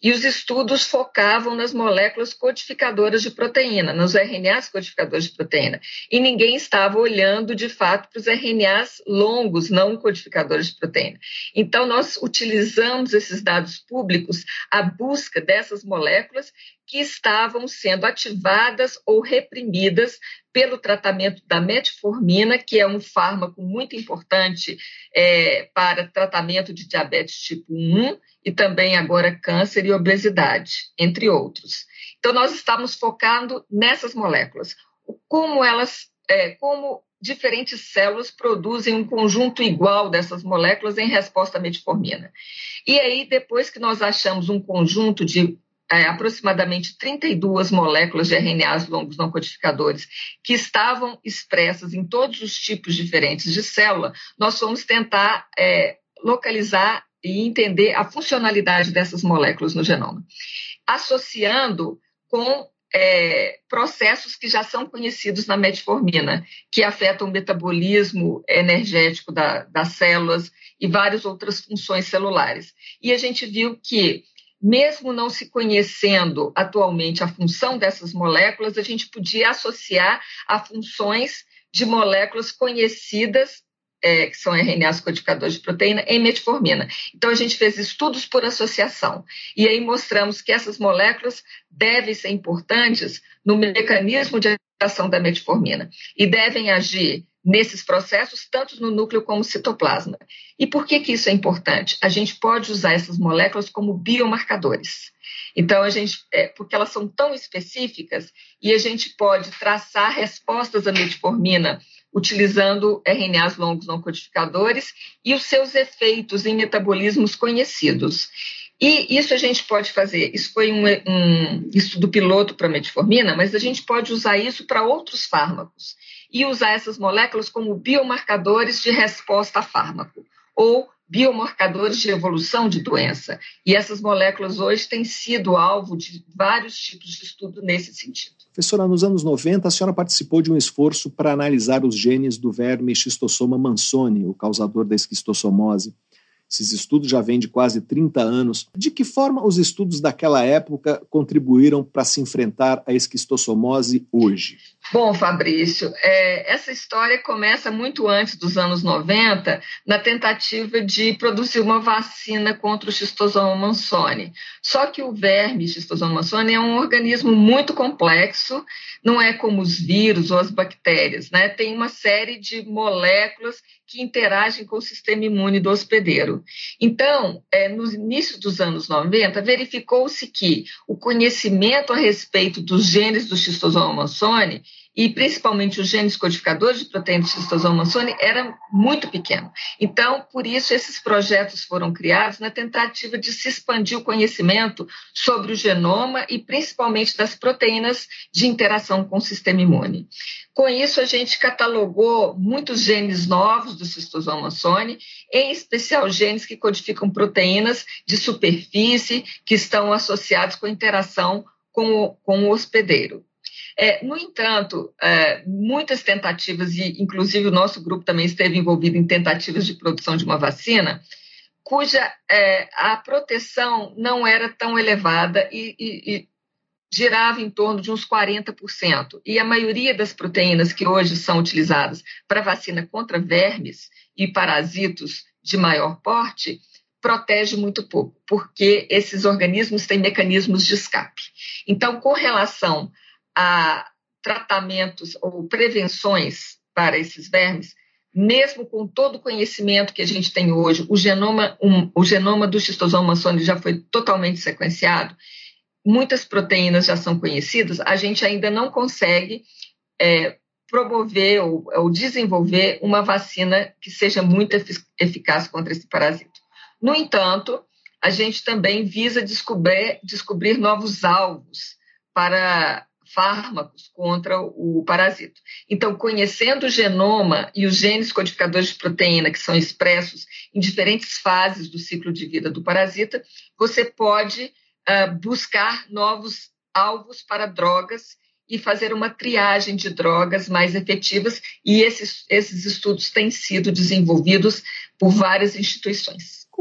E os estudos focavam nas moléculas codificadoras de proteína, nos R N As codificadores de proteína. E ninguém estava olhando, de fato, para os R N As longos, não codificadores de proteína. Então, nós utilizamos esses dados públicos à busca dessas moléculas que estavam sendo ativadas ou reprimidas pelo tratamento da metformina, que é um fármaco muito importante é, para tratamento de diabetes tipo um e também agora câncer e obesidade, entre outros. Então, nós estamos focando nessas moléculas, como elas, é, como diferentes células produzem um conjunto igual dessas moléculas em resposta à metformina. E aí, depois que nós achamos um conjunto de É, aproximadamente trinta e duas moléculas de R N As longos não codificadores que estavam expressas em todos os tipos diferentes de célula, nós fomos tentar é, localizar e entender a funcionalidade dessas moléculas no genoma, associando com é, processos que já são conhecidos na metformina, que afetam o metabolismo energético da, das células e várias outras funções celulares. E a gente viu que mesmo não se conhecendo atualmente a função dessas moléculas, a gente podia associar a funções de moléculas conhecidas, é, que são R N As codificadores de proteína, em metformina. Então, a gente fez estudos por associação. E aí mostramos que essas moléculas devem ser importantes no mecanismo de ação da metformina e devem agir nesses processos, tanto no núcleo como no citoplasma. E por que que isso é importante? A gente pode usar essas moléculas como biomarcadores. Então, a gente, é, porque elas são tão específicas e a gente pode traçar respostas à metformina utilizando R N As longos não codificadores e os seus efeitos em metabolismos conhecidos. E isso a gente pode fazer, isso foi um, um estudo piloto para metformina, mas a gente pode usar isso para outros fármacos e usar essas moléculas como biomarcadores de resposta a fármaco ou biomarcadores de evolução de doença. E essas moléculas hoje têm sido alvo de vários tipos de estudo nesse sentido. Professora, nos anos noventa, a senhora participou de um esforço para analisar os genes do verme Schistossoma mansoni, o causador da esquistossomose. Esses estudos já vêm de quase trinta anos. De que forma os estudos daquela época contribuíram para se enfrentar a esquistossomose hoje? Bom, Fabrício, é, essa história começa muito antes dos anos noventa, na tentativa de produzir uma vacina contra o Schistosoma mansoni. Só que o verme Schistosoma mansoni é um organismo muito complexo, não é como os vírus ou as bactérias, né? Tem uma série de moléculas que interagem com o sistema imune do hospedeiro. Então, é, no início dos anos noventa, verificou-se que o conhecimento a respeito dos genes do Schistosoma mansoni e principalmente os genes codificadores de proteína de Schistosoma mansoni era muito pequeno. Então, por isso, esses projetos foram criados na tentativa de se expandir o conhecimento sobre o genoma e principalmente das proteínas de interação com o sistema imune. Com isso, a gente catalogou muitos genes novos do Schistosoma mansoni, em especial genes que codificam proteínas de superfície que estão associados com a interação com o, com o hospedeiro. É, no entanto, é, muitas tentativas, e inclusive o nosso grupo também esteve envolvido em tentativas de produção de uma vacina, cuja é, a proteção não era tão elevada e, e, e girava em torno de uns quarenta por cento. E a maioria das proteínas que hoje são utilizadas para vacina contra vermes e parasitos de maior porte protege muito pouco, porque esses organismos têm mecanismos de escape. Então, com relação a tratamentos ou prevenções para esses vermes, mesmo com todo o conhecimento que a gente tem hoje, o genoma, um, o genoma do Schistosoma mansoni já foi totalmente sequenciado, muitas proteínas já são conhecidas, a gente ainda não consegue é, promover ou, ou desenvolver uma vacina que seja muito efic- eficaz contra esse parasito. No entanto, a gente também visa descobrir, descobrir novos alvos para fármacos contra o parasito. Então, conhecendo o genoma e os genes codificadores de proteína que são expressos em diferentes fases do ciclo de vida do parasita, você pode uh, buscar novos alvos para drogas e fazer uma triagem de drogas mais efetivas, e esses, esses estudos têm sido desenvolvidos por várias instituições.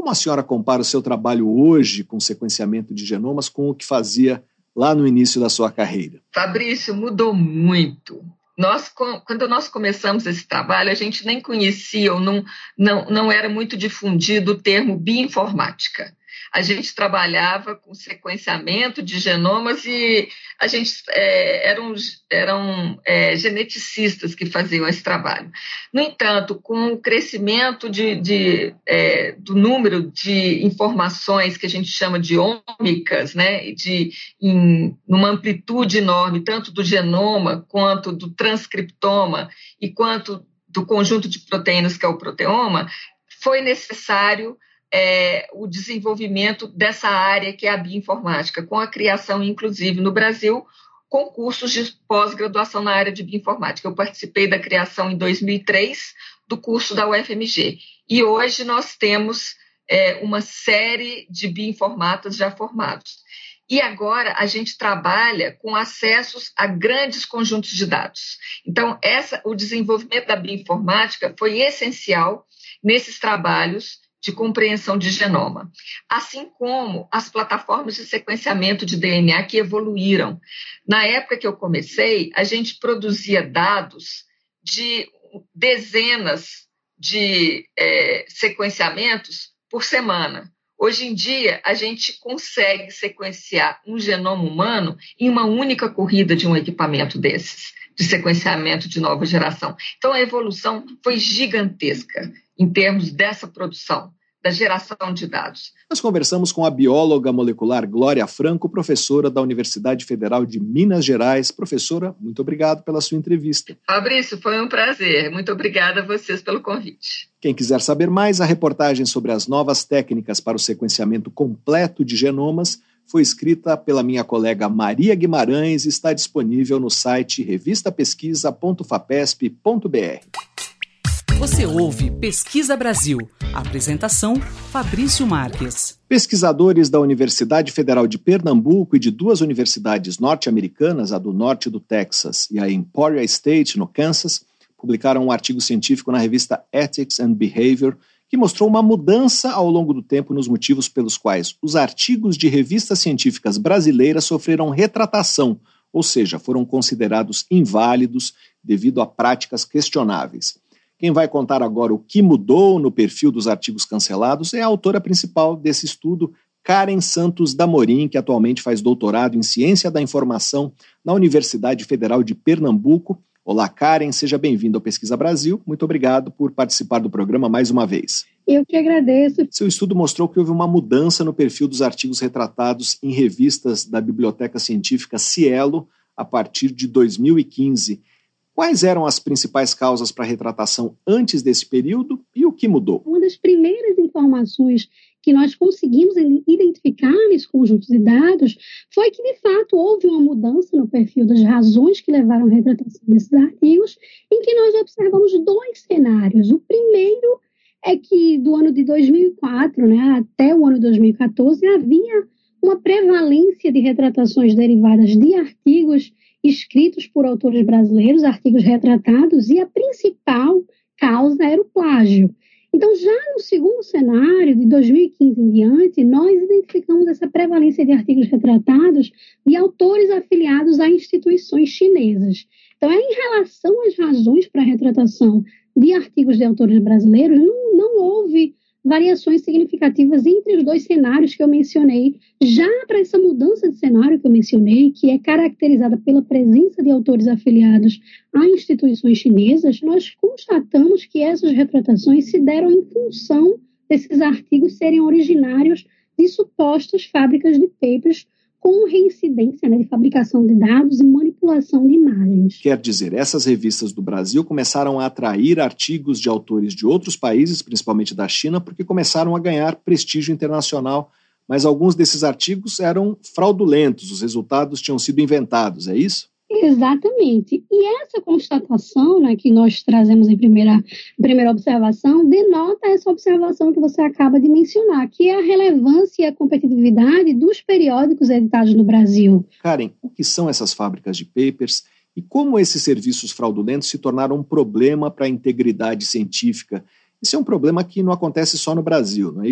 Como a senhora compara o seu trabalho hoje com sequenciamento de genomas com o que fazia lá no início da sua carreira? Fabrício, mudou muito. Nós, quando nós começamos esse trabalho, a gente nem conhecia ou não, não, não era muito difundido o termo bioinformática. A gente trabalhava com sequenciamento de genomas e a gente é, eram, eram é, geneticistas que faziam esse trabalho. No entanto, com o crescimento de, de, é, do número de informações que a gente chama de ômicas, né, de, em numa amplitude enorme, tanto do genoma quanto do transcriptoma e quanto do conjunto de proteínas que é o proteoma, foi necessário É, o desenvolvimento dessa área que é a bioinformática, com a criação, inclusive, no Brasil, com cursos de pós-graduação na área de bioinformática. Eu participei da criação em dois mil e três do curso da U F M G. E hoje nós temos é, uma série de bioinformatas já formados. E agora a gente trabalha com acessos a grandes conjuntos de dados. Então, essa, o desenvolvimento da bioinformática foi essencial nesses trabalhos de compreensão de genoma, assim como as plataformas de sequenciamento de D N A que evoluíram. Na época que eu comecei, a gente produzia dados de dezenas de é, sequenciamentos por semana. Hoje em dia, a gente consegue sequenciar um genoma humano em uma única corrida de um equipamento desses, de sequenciamento de nova geração. Então, a evolução foi gigantesca em termos dessa produção, da geração de dados. Nós conversamos com a bióloga molecular Glória Franco, professora da Universidade Federal de Minas Gerais. Professora, muito obrigado pela sua entrevista. Fabrício, foi um prazer. Muito obrigada a vocês pelo convite. Quem quiser saber mais, a reportagem sobre as novas técnicas para o sequenciamento completo de genomas foi escrita pela minha colega Maria Guimarães e está disponível no site revista pesquisa ponto fapesp ponto br. Você ouve Pesquisa Brasil. Apresentação, Fabrício Marques. Pesquisadores da Universidade Federal de Pernambuco e de duas universidades norte-americanas, a do norte do Texas e a Emporia State, no Kansas, publicaram um artigo científico na revista Ethics and Behavior que mostrou uma mudança ao longo do tempo nos motivos pelos quais os artigos de revistas científicas brasileiras sofreram retratação, ou seja, foram considerados inválidos devido a práticas questionáveis. Quem vai contar agora o que mudou no perfil dos artigos cancelados é a autora principal desse estudo, Karen Santos Damorim, que atualmente faz doutorado em Ciência da Informação na Universidade Federal de Pernambuco. Olá, Karen, seja bem-vinda ao Pesquisa Brasil. Muito obrigado por participar do programa mais uma vez. Eu que agradeço. Seu estudo mostrou que houve uma mudança no perfil dos artigos retratados em revistas da Biblioteca Científica Cielo a partir de dois mil e quinze. Quais eram as principais causas para a retratação antes desse período e o que mudou? Uma das primeiras informações que nós conseguimos identificar nesse conjunto de dados foi que, de fato, houve uma mudança no perfil das razões que levaram à retratação desses artigos, em que nós observamos dois cenários. O primeiro é que, do ano de dois mil e quatro, né, até o ano de dois mil e catorze, havia uma prevalência de retratações derivadas de artigos escritos por autores brasileiros, artigos retratados, e a principal causa era o plágio. Então, já no segundo cenário, de dois mil e quinze em diante, nós identificamos essa prevalência de artigos retratados de autores afiliados a instituições chinesas. Então, é em relação às razões para a retratação de artigos de autores brasileiros, não, não houve variações significativas entre os dois cenários que eu mencionei. Já para essa mudança de cenário que eu mencionei, que é caracterizada pela presença de autores afiliados a instituições chinesas, nós constatamos que essas retratações se deram em função desses artigos serem originários de supostas fábricas de papers com reincidência, né, de fabricação de dados e manipulação de imagens. Quer dizer, essas revistas do Brasil começaram a atrair artigos de autores de outros países, principalmente da China, porque começaram a ganhar prestígio internacional, mas alguns desses artigos eram fraudulentos, os resultados tinham sido inventados, é isso? Exatamente. E essa constatação, né, que nós trazemos em primeira, primeira observação, denota essa observação que você acaba de mencionar, que é a relevância e a competitividade dos periódicos editados no Brasil. Karen, o que são essas fábricas de papers e como esses serviços fraudulentos se tornaram um problema para a integridade científica? Esse é um problema que não acontece só no Brasil, não é isso?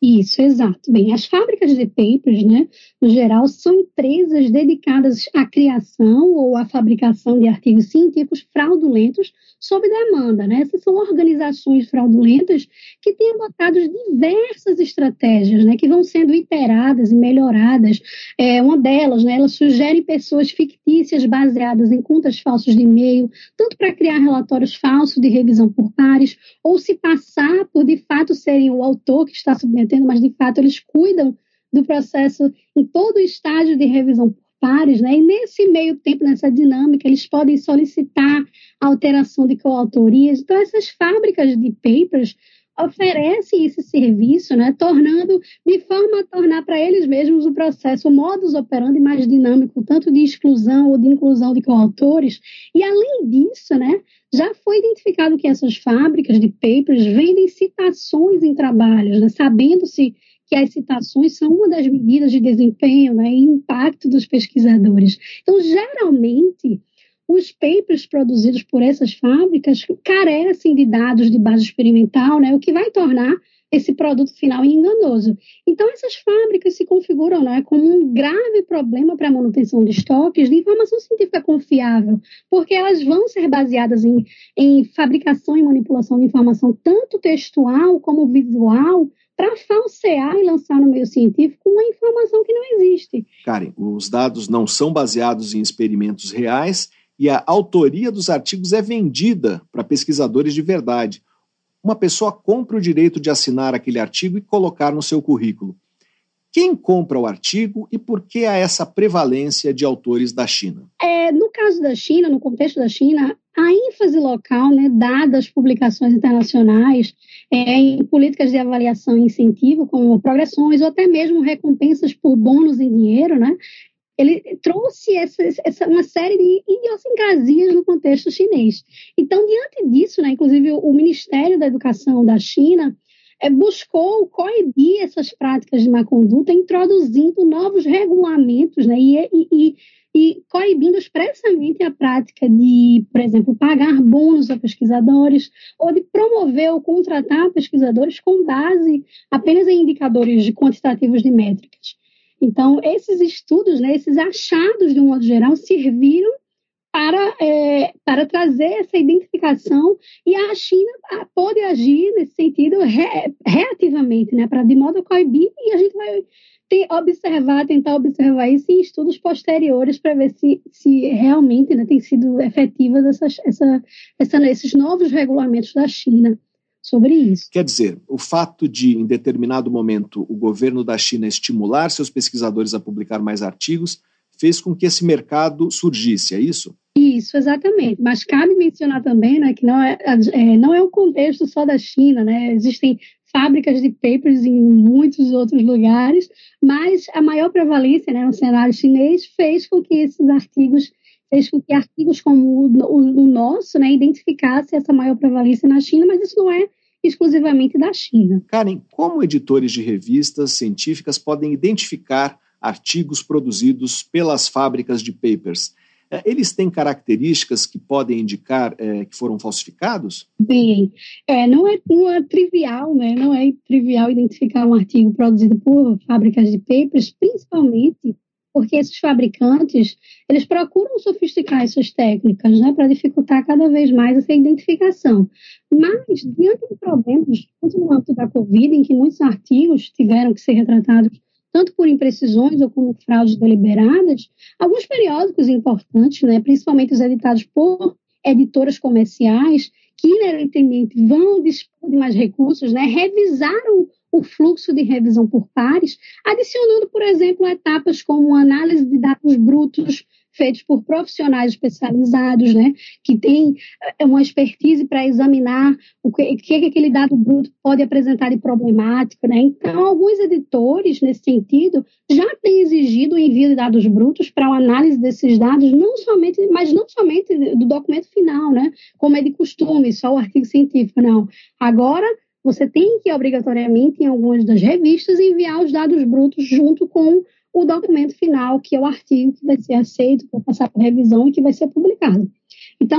Isso, exato. Bem, as fábricas de papers, né, no geral, são empresas dedicadas à criação ou à fabricação de artigos científicos fraudulentos sob demanda, né? Essas são organizações fraudulentas que têm adotado diversas estratégias, né, que vão sendo iteradas e melhoradas. É, uma delas, né, elas sugerem pessoas fictícias baseadas em contas falsas de e-mail, tanto para criar relatórios falsos de revisão por pares, ou se passar por, de fato, serem o autor que está submetendo, mas de fato eles cuidam do processo em todo o estágio de revisão por pares, né? E nesse meio tempo, nessa dinâmica, eles podem solicitar alteração de coautorias. Então, essas fábricas de papers oferecem esse serviço, né? Tornando, de forma a tornar para eles mesmos o processo, o modus operandi mais dinâmico, tanto de exclusão ou de inclusão de coautores. E, além disso, né, já foi identificado que essas fábricas de papers vendem citações em trabalhos, né, sabendo-se que as citações são uma das medidas de desempenho, né, e impacto dos pesquisadores. Então, geralmente, os papers produzidos por essas fábricas carecem de dados de base experimental, né, o que vai tornar esse produto final enganoso. Então, essas fábricas se configuram, né, como um grave problema para a manutenção de estoques de informação científica confiável, porque elas vão ser baseadas em, em fabricação e manipulação de informação tanto textual como visual, para falsear e lançar no meio científico uma informação que não existe. Karen, os dados não são baseados em experimentos reais e a autoria dos artigos é vendida para pesquisadores de verdade. Uma pessoa compra o direito de assinar aquele artigo e colocar no seu currículo. Quem compra o artigo e por que há essa prevalência de autores da China? É, no caso da China, no contexto da China, a ênfase local, né, dada às publicações internacionais, é, em políticas de avaliação e incentivo, como progressões ou até mesmo recompensas por bônus em dinheiro, né, ele trouxe essa, essa, uma série de idiosincrasias no contexto chinês. Então, diante disso, né, inclusive o, o Ministério da Educação da China é, buscou coibir essas práticas de má conduta, introduzindo novos regulamentos, né, e, e, e, e coibindo expressamente a prática de, por exemplo, pagar bônus a pesquisadores ou de promover ou contratar pesquisadores com base apenas em indicadores quantitativos de métricas. Então, esses estudos, né, esses achados, de um modo geral, serviram para, é, para trazer essa identificação, e a China pode agir nesse sentido re, reativamente, né, para de modo a coibir, e a gente vai ter, observar, tentar observar isso em estudos posteriores para ver se, se realmente, né, tem sido efetivas essas, essa, essa, esses novos regulamentos da China sobre isso. Quer dizer, o fato de, em determinado momento, o governo da China estimular seus pesquisadores a publicar mais artigos fez com que esse mercado surgisse, é isso? Isso, exatamente. Mas cabe mencionar também, né, que não é, é, não é um contexto só da China, né? Existem fábricas de papers em muitos outros lugares, mas a maior prevalência, né, no cenário chinês fez com que esses artigos fez com que artigos como o, o, o nosso, né, identificasse essa maior prevalência na China, mas isso não é exclusivamente da China. Karen, como editores de revistas científicas podem identificar artigos produzidos pelas fábricas de papers? Eles têm características que podem indicar é, que foram falsificados? Bem, é, não, é, não é trivial, né? Não é trivial identificar um artigo produzido por fábricas de papers, principalmente porque esses fabricantes, eles procuram sofisticar essas técnicas, né, para dificultar cada vez mais essa identificação. Mas, diante de problemas, tanto no âmbito da Covid, em que muitos artigos tiveram que ser retratados tanto por imprecisões ou como fraudes deliberadas, alguns periódicos importantes, né, principalmente os editados por editoras comerciais, que inerentemente vão dispor de mais recursos, né, revisaram o fluxo de revisão por pares, adicionando, por exemplo, etapas como análise de dados brutos feitos por profissionais especializados, né, que têm uma expertise para examinar o que, que aquele dado bruto pode apresentar de problemático, né? Então, alguns editores, nesse sentido, já têm exigido o envio de dados brutos para a análise desses dados, não somente, mas não somente do documento final, né, como é de costume, só o artigo científico, não. Agora, você tem que, obrigatoriamente, em algumas das revistas, enviar os dados brutos junto com o documento final, que é o artigo que vai ser aceito para passar por revisão e que vai ser publicado. Então,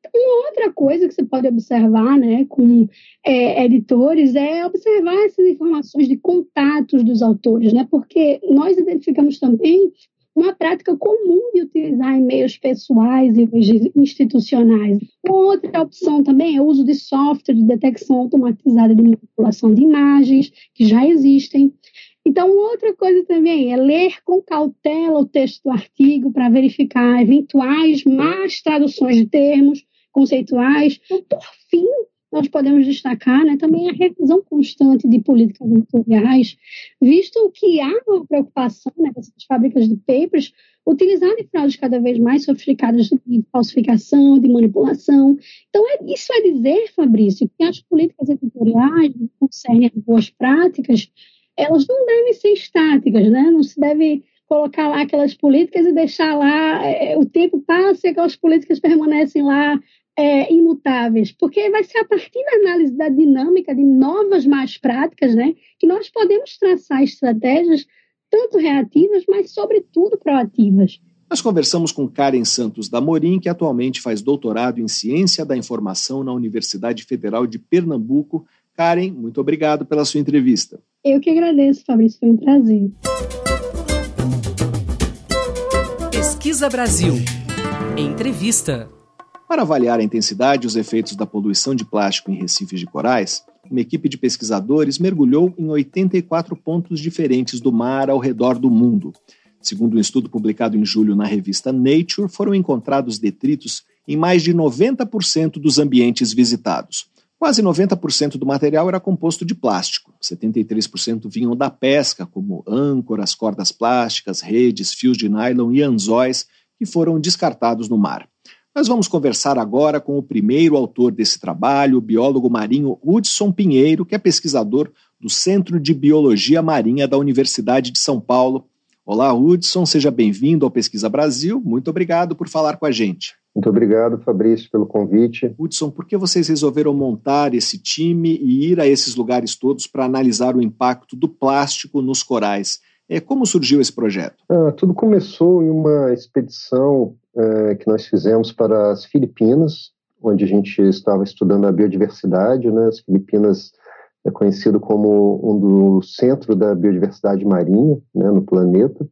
Uma outra coisa que você pode observar, né, com é, editores é observar essas informações de contatos dos autores, né, porque nós identificamos também uma prática comum de utilizar e-mails pessoais e institucionais. Uma outra opção também é o uso de software de detecção automatizada de manipulação de imagens, que já existem. Então, outra coisa também é ler com cautela o texto do artigo para verificar eventuais más traduções de termos conceituais. E, por fim, nós podemos destacar, né, também a revisão constante de políticas editoriais, visto que há uma preocupação, né, dessas fábricas de papers utilizarem fraudes cada vez mais sofisticadas de falsificação, de manipulação. Então, é, isso é dizer, Fabrício, que as políticas editoriais que concernem as boas práticas, elas não devem ser estáticas, né? Não se deve colocar lá aquelas políticas e deixar lá, é, o tempo passa e aquelas políticas permanecem lá é, imutáveis, porque vai ser a partir da análise da dinâmica de novas más práticas, né, que nós podemos traçar estratégias tanto reativas, mas sobretudo proativas. Nós conversamos com Karen Santos da Morim, que atualmente faz doutorado em Ciência da Informação na Universidade Federal de Pernambuco. Karen, muito obrigado pela sua entrevista. Eu que agradeço, Fabrício, foi um prazer. Pesquisa Brasil. Entrevista. Para avaliar a intensidade e os efeitos da poluição de plástico em recifes de corais, uma equipe de pesquisadores mergulhou em oitenta e quatro pontos diferentes do mar ao redor do mundo. Segundo um estudo publicado em julho na revista Nature, foram encontrados detritos em mais de noventa por cento dos ambientes visitados. Quase noventa por cento do material era composto de plástico. setenta e três por cento vinham da pesca, como âncoras, cordas plásticas, redes, fios de nylon e anzóis, que foram descartados no mar. Nós vamos conversar agora com o primeiro autor desse trabalho, o biólogo marinho Hudson Pinheiro, que é pesquisador do Centro de Biologia Marinha da Universidade de São Paulo. Olá, Hudson, seja bem-vindo ao Pesquisa Brasil. Muito obrigado por falar com a gente. Muito obrigado, Fabrício, pelo convite. Hudson, por que vocês resolveram montar esse time e ir a esses lugares todos para analisar o impacto do plástico nos corais? É, como surgiu esse projeto? Ah, tudo começou em uma expedição é, que nós fizemos para as Filipinas, onde a gente estava estudando a biodiversidade, né? As Filipinas é conhecido como um do centro da biodiversidade marinha, né, no planeta.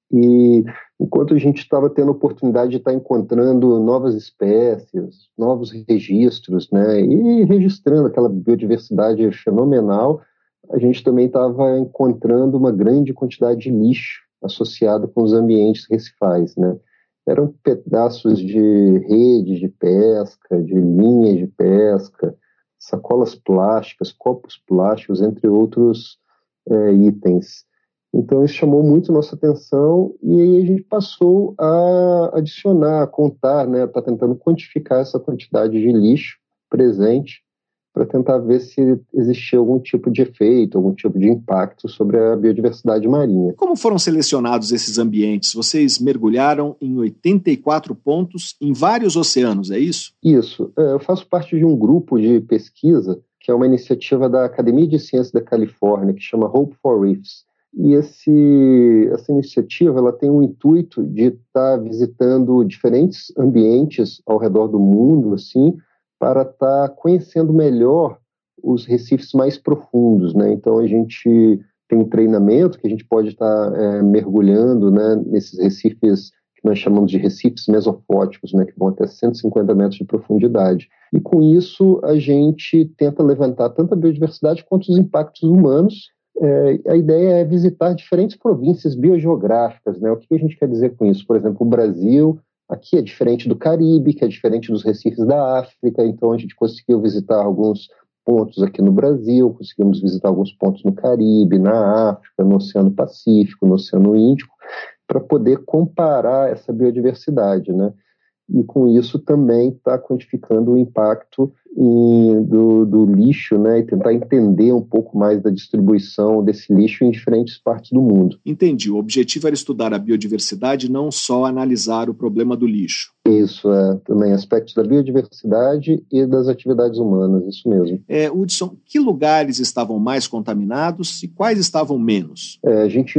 E enquanto a gente estava tendo a oportunidade de estar encontrando novas espécies, novos registros, né, e registrando aquela biodiversidade fenomenal, a gente também estava encontrando uma grande quantidade de lixo associado com os ambientes recifais, né. Eram pedaços de redes de pesca, de linhas de pesca, sacolas plásticas, copos plásticos, entre outros é, itens. Então isso chamou muito nossa atenção e aí a gente passou a adicionar, a contar, né, tá tentando quantificar essa quantidade de lixo presente para tentar ver se existia algum tipo de efeito, algum tipo de impacto sobre a biodiversidade marinha. Como foram selecionados esses ambientes? Vocês mergulharam em oitenta e quatro pontos em vários oceanos, é isso? Isso. Eu faço parte de um grupo de pesquisa que é uma iniciativa da Academia de Ciências da Califórnia, que chama Hope for Reefs. E esse, essa iniciativa ela tem o intuito de estar visitando diferentes ambientes ao redor do mundo, assim, para estar conhecendo melhor os recifes mais profundos, né? Então a gente tem um treinamento que a gente pode estar é, mergulhando, né, nesses recifes que nós chamamos de recifes mesofóticos, né, que vão até cento e cinquenta metros de profundidade. E com isso a gente tenta levantar tanto a biodiversidade quanto os impactos humanos. É, a ideia é visitar diferentes províncias biogeográficas, né? O que a gente quer dizer com isso? Por exemplo, o Brasil aqui é diferente do Caribe, que é diferente dos recifes da África, então a gente conseguiu visitar alguns pontos aqui no Brasil, conseguimos visitar alguns pontos no Caribe, na África, no Oceano Pacífico, no Oceano Índico, para poder comparar essa biodiversidade, né? E com isso também está quantificando o impacto em, do, do lixo, né, e tentar entender um pouco mais da distribuição desse lixo em diferentes partes do mundo. Entendi. O objetivo era estudar a biodiversidade, não só analisar o problema do lixo. Isso, é, também aspectos da biodiversidade e das atividades humanas, isso mesmo. É, Hudson, que lugares estavam mais contaminados e quais estavam menos? É, a gente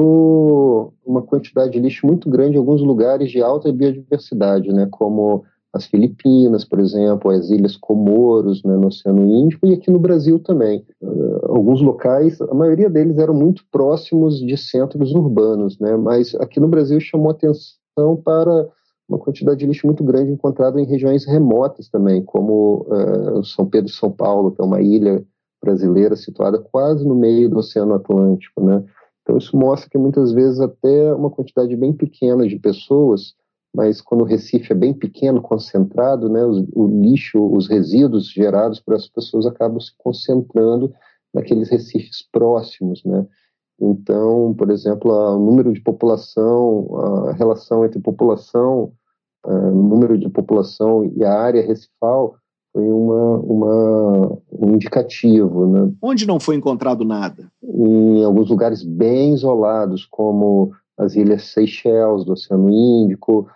encontrou uma quantidade de lixo muito grande em alguns lugares de alta biodiversidade, né, como as Filipinas, por exemplo, as Ilhas Comoros, né, no Oceano Índico, e aqui no Brasil também. Uh, alguns locais, a maioria deles eram muito próximos de centros urbanos, né, mas aqui no Brasil chamou atenção para uma quantidade de lixo muito grande encontrado em regiões remotas também, como uh, São Pedro e São Paulo, que é uma ilha brasileira situada quase no meio do Oceano Atlântico, né. Então isso mostra que muitas vezes até uma quantidade bem pequena de pessoas, mas quando o Recife é bem pequeno, concentrado, né, o, o lixo, os resíduos gerados por essas pessoas acabam se concentrando naqueles recifes próximos, né. Então, por exemplo, o número de população, a relação entre população, o número de população e a área recifal foi uma, uma, um indicativo, né. Onde não foi encontrado nada? Em alguns lugares bem isolados, como as Ilhas Seychelles, do Oceano Índico,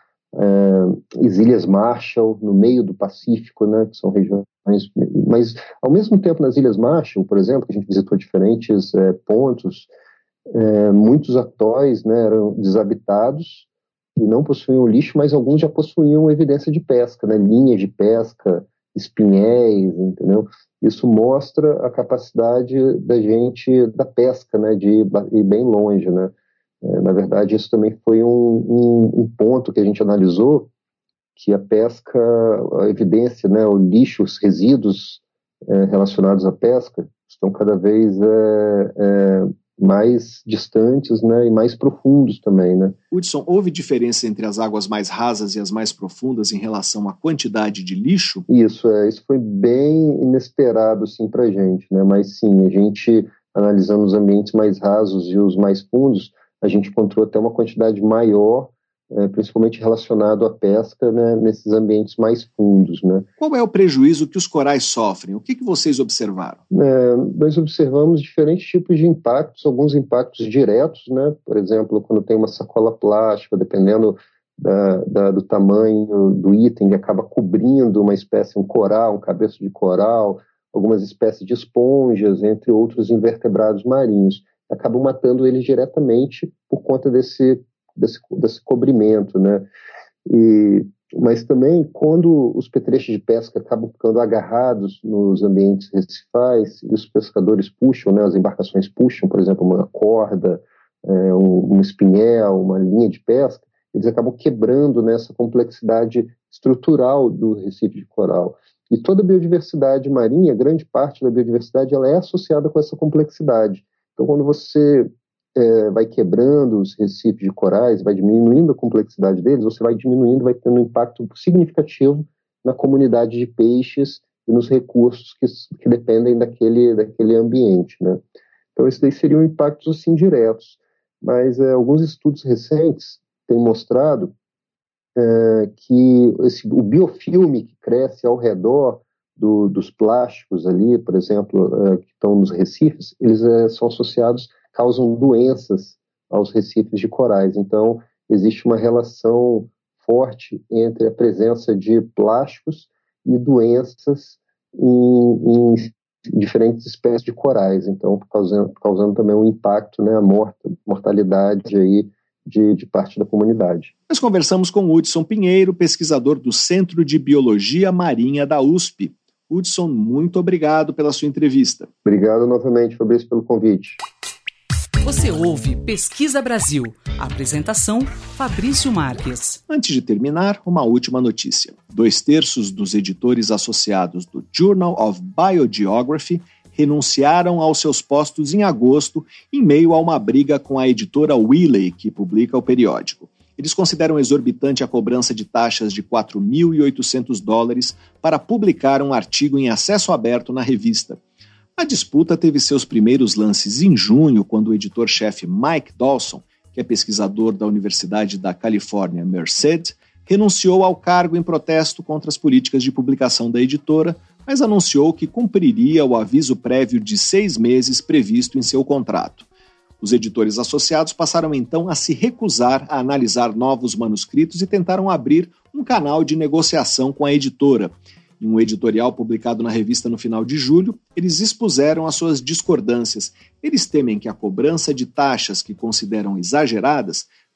é, as Ilhas Marshall, no meio do Pacífico, né, que são regiões... Mas, ao mesmo tempo, nas Ilhas Marshall, por exemplo, que a gente visitou diferentes é, pontos, é, muitos atóis, né, eram desabitados e não possuíam lixo, mas alguns já possuíam evidência de pesca, né, linhas de pesca, espinhéis, entendeu? Isso mostra a capacidade da gente, da pesca, né, de ir bem longe, né? É, na verdade, isso também foi um, um, um ponto que a gente analisou, que a pesca, a evidência, né, o lixo, os resíduos é, relacionados à pesca estão cada vez é, é, mais distantes, né, e mais profundos também, né. Hudson, houve diferença entre as águas mais rasas e as mais profundas em relação à quantidade de lixo? Isso, é, isso foi bem inesperado, sim, para a gente, né, mas sim, a gente, analisando os ambientes mais rasos e os mais fundos, a gente encontrou até uma quantidade maior, é, principalmente relacionado à pesca, né, nesses ambientes mais fundos, né. Qual é o prejuízo que os corais sofrem? O que, que vocês observaram? É, nós observamos diferentes tipos de impactos, alguns impactos diretos, né, por exemplo, quando tem uma sacola plástica, dependendo da, da, do tamanho do item, ele acaba cobrindo uma espécie, um coral, um cabeço de coral, algumas espécies de esponjas, entre outros invertebrados marinhos. Acabam matando eles diretamente por conta desse, desse, desse cobrimento, né? E, mas também, quando os petrechos de pesca acabam ficando agarrados nos ambientes recifais, e os pescadores puxam, né, as embarcações puxam, por exemplo, uma corda, é, um, um espinhel, uma linha de pesca, eles acabam quebrando nessa complexidade estrutural do recife de coral. E toda a biodiversidade marinha, grande parte da biodiversidade, ela é associada com essa complexidade. Então, quando você é, vai quebrando os recifes de corais, vai diminuindo a complexidade deles, você vai diminuindo, vai tendo um impacto significativo na comunidade de peixes e nos recursos que, que dependem daquele, daquele ambiente, né? Então, esses daí seriam impactos, assim, diretos. Mas é, alguns estudos recentes têm mostrado é, que esse, o biofilme que cresce ao redor Do, dos plásticos ali, por exemplo, uh, que estão nos recifes, eles uh, são associados, causam doenças aos recifes de corais. Então, existe uma relação forte entre a presença de plásticos e doenças em, em diferentes espécies de corais, então causando, causando também um impacto, né, a morta, mortalidade aí de, de parte da comunidade. Nós conversamos com Hudson Pinheiro, pesquisador do Centro de Biologia Marinha da U S P. Hudson, muito obrigado pela sua entrevista. Obrigado novamente, Fabrício, pelo convite. Você ouve Pesquisa Brasil. Apresentação, Fabrício Marques. Antes de terminar, uma última notícia. Dois terços dos editores associados do Journal of Biogeography renunciaram aos seus postos em agosto, em meio a uma briga com a editora Wiley, que publica o periódico. Eles consideram exorbitante a cobrança de taxas de quatro mil e oitocentos dólares para publicar um artigo em acesso aberto na revista. A disputa teve seus primeiros lances em junho, quando o editor-chefe Mike Dawson, que é pesquisador da Universidade da Califórnia, Merced, renunciou ao cargo em protesto contra as políticas de publicação da editora, mas anunciou que cumpriria o aviso prévio de seis meses previsto em seu contrato. Os editores associados passaram então a se recusar a analisar novos manuscritos e tentaram abrir um canal de negociação com a editora. Em um editorial publicado na revista no final de julho, eles expuseram as suas discordâncias. Eles temem que a cobrança de taxas que consideram exageradas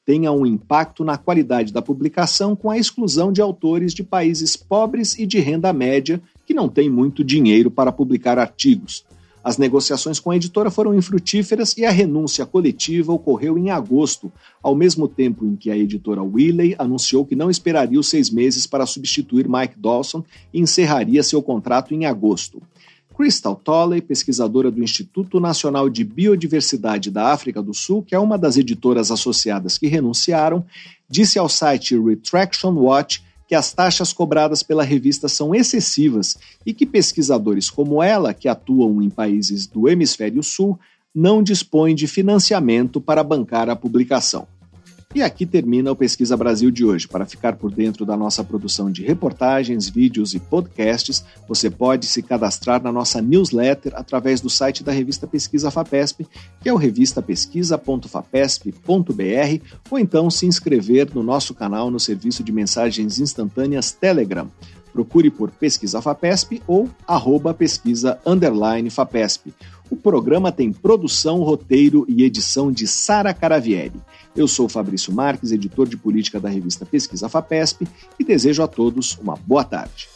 tenha um impacto na qualidade da publicação, com a exclusão de autores de países pobres e de renda média que não têm muito dinheiro para publicar artigos. As negociações com a editora foram infrutíferas e a renúncia coletiva ocorreu em agosto, ao mesmo tempo em que a editora Wiley anunciou que não esperaria os seis meses para substituir Mike Dawson e encerraria seu contrato em agosto. Crystal Tolley, pesquisadora do Instituto Nacional de Biodiversidade da África do Sul, que é uma das editoras associadas que renunciaram, disse ao site Retraction Watch que as taxas cobradas pela revista são excessivas e que pesquisadores como ela, que atuam em países do Hemisfério Sul, não dispõem de financiamento para bancar a publicação. E aqui termina o Pesquisa Brasil de hoje. Para ficar por dentro da nossa produção de reportagens, vídeos e podcasts, você pode se cadastrar na nossa newsletter através do site da revista Pesquisa FAPESP, que é o revista pesquisa ponto fapesp ponto b r, ou então se inscrever no nosso canal no serviço de mensagens instantâneas Telegram. Procure por Pesquisa FAPESP ou arroba pesquisa underline FAPESP. O programa tem produção, roteiro e edição de Sara Caravieri. Eu sou Fabrício Marques, editor de política da revista Pesquisa FAPESP, e desejo a todos uma boa tarde.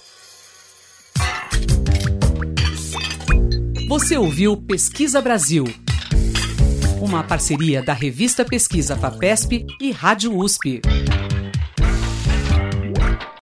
Você ouviu Pesquisa Brasil, uma parceria da revista Pesquisa FAPESP e Rádio U S P.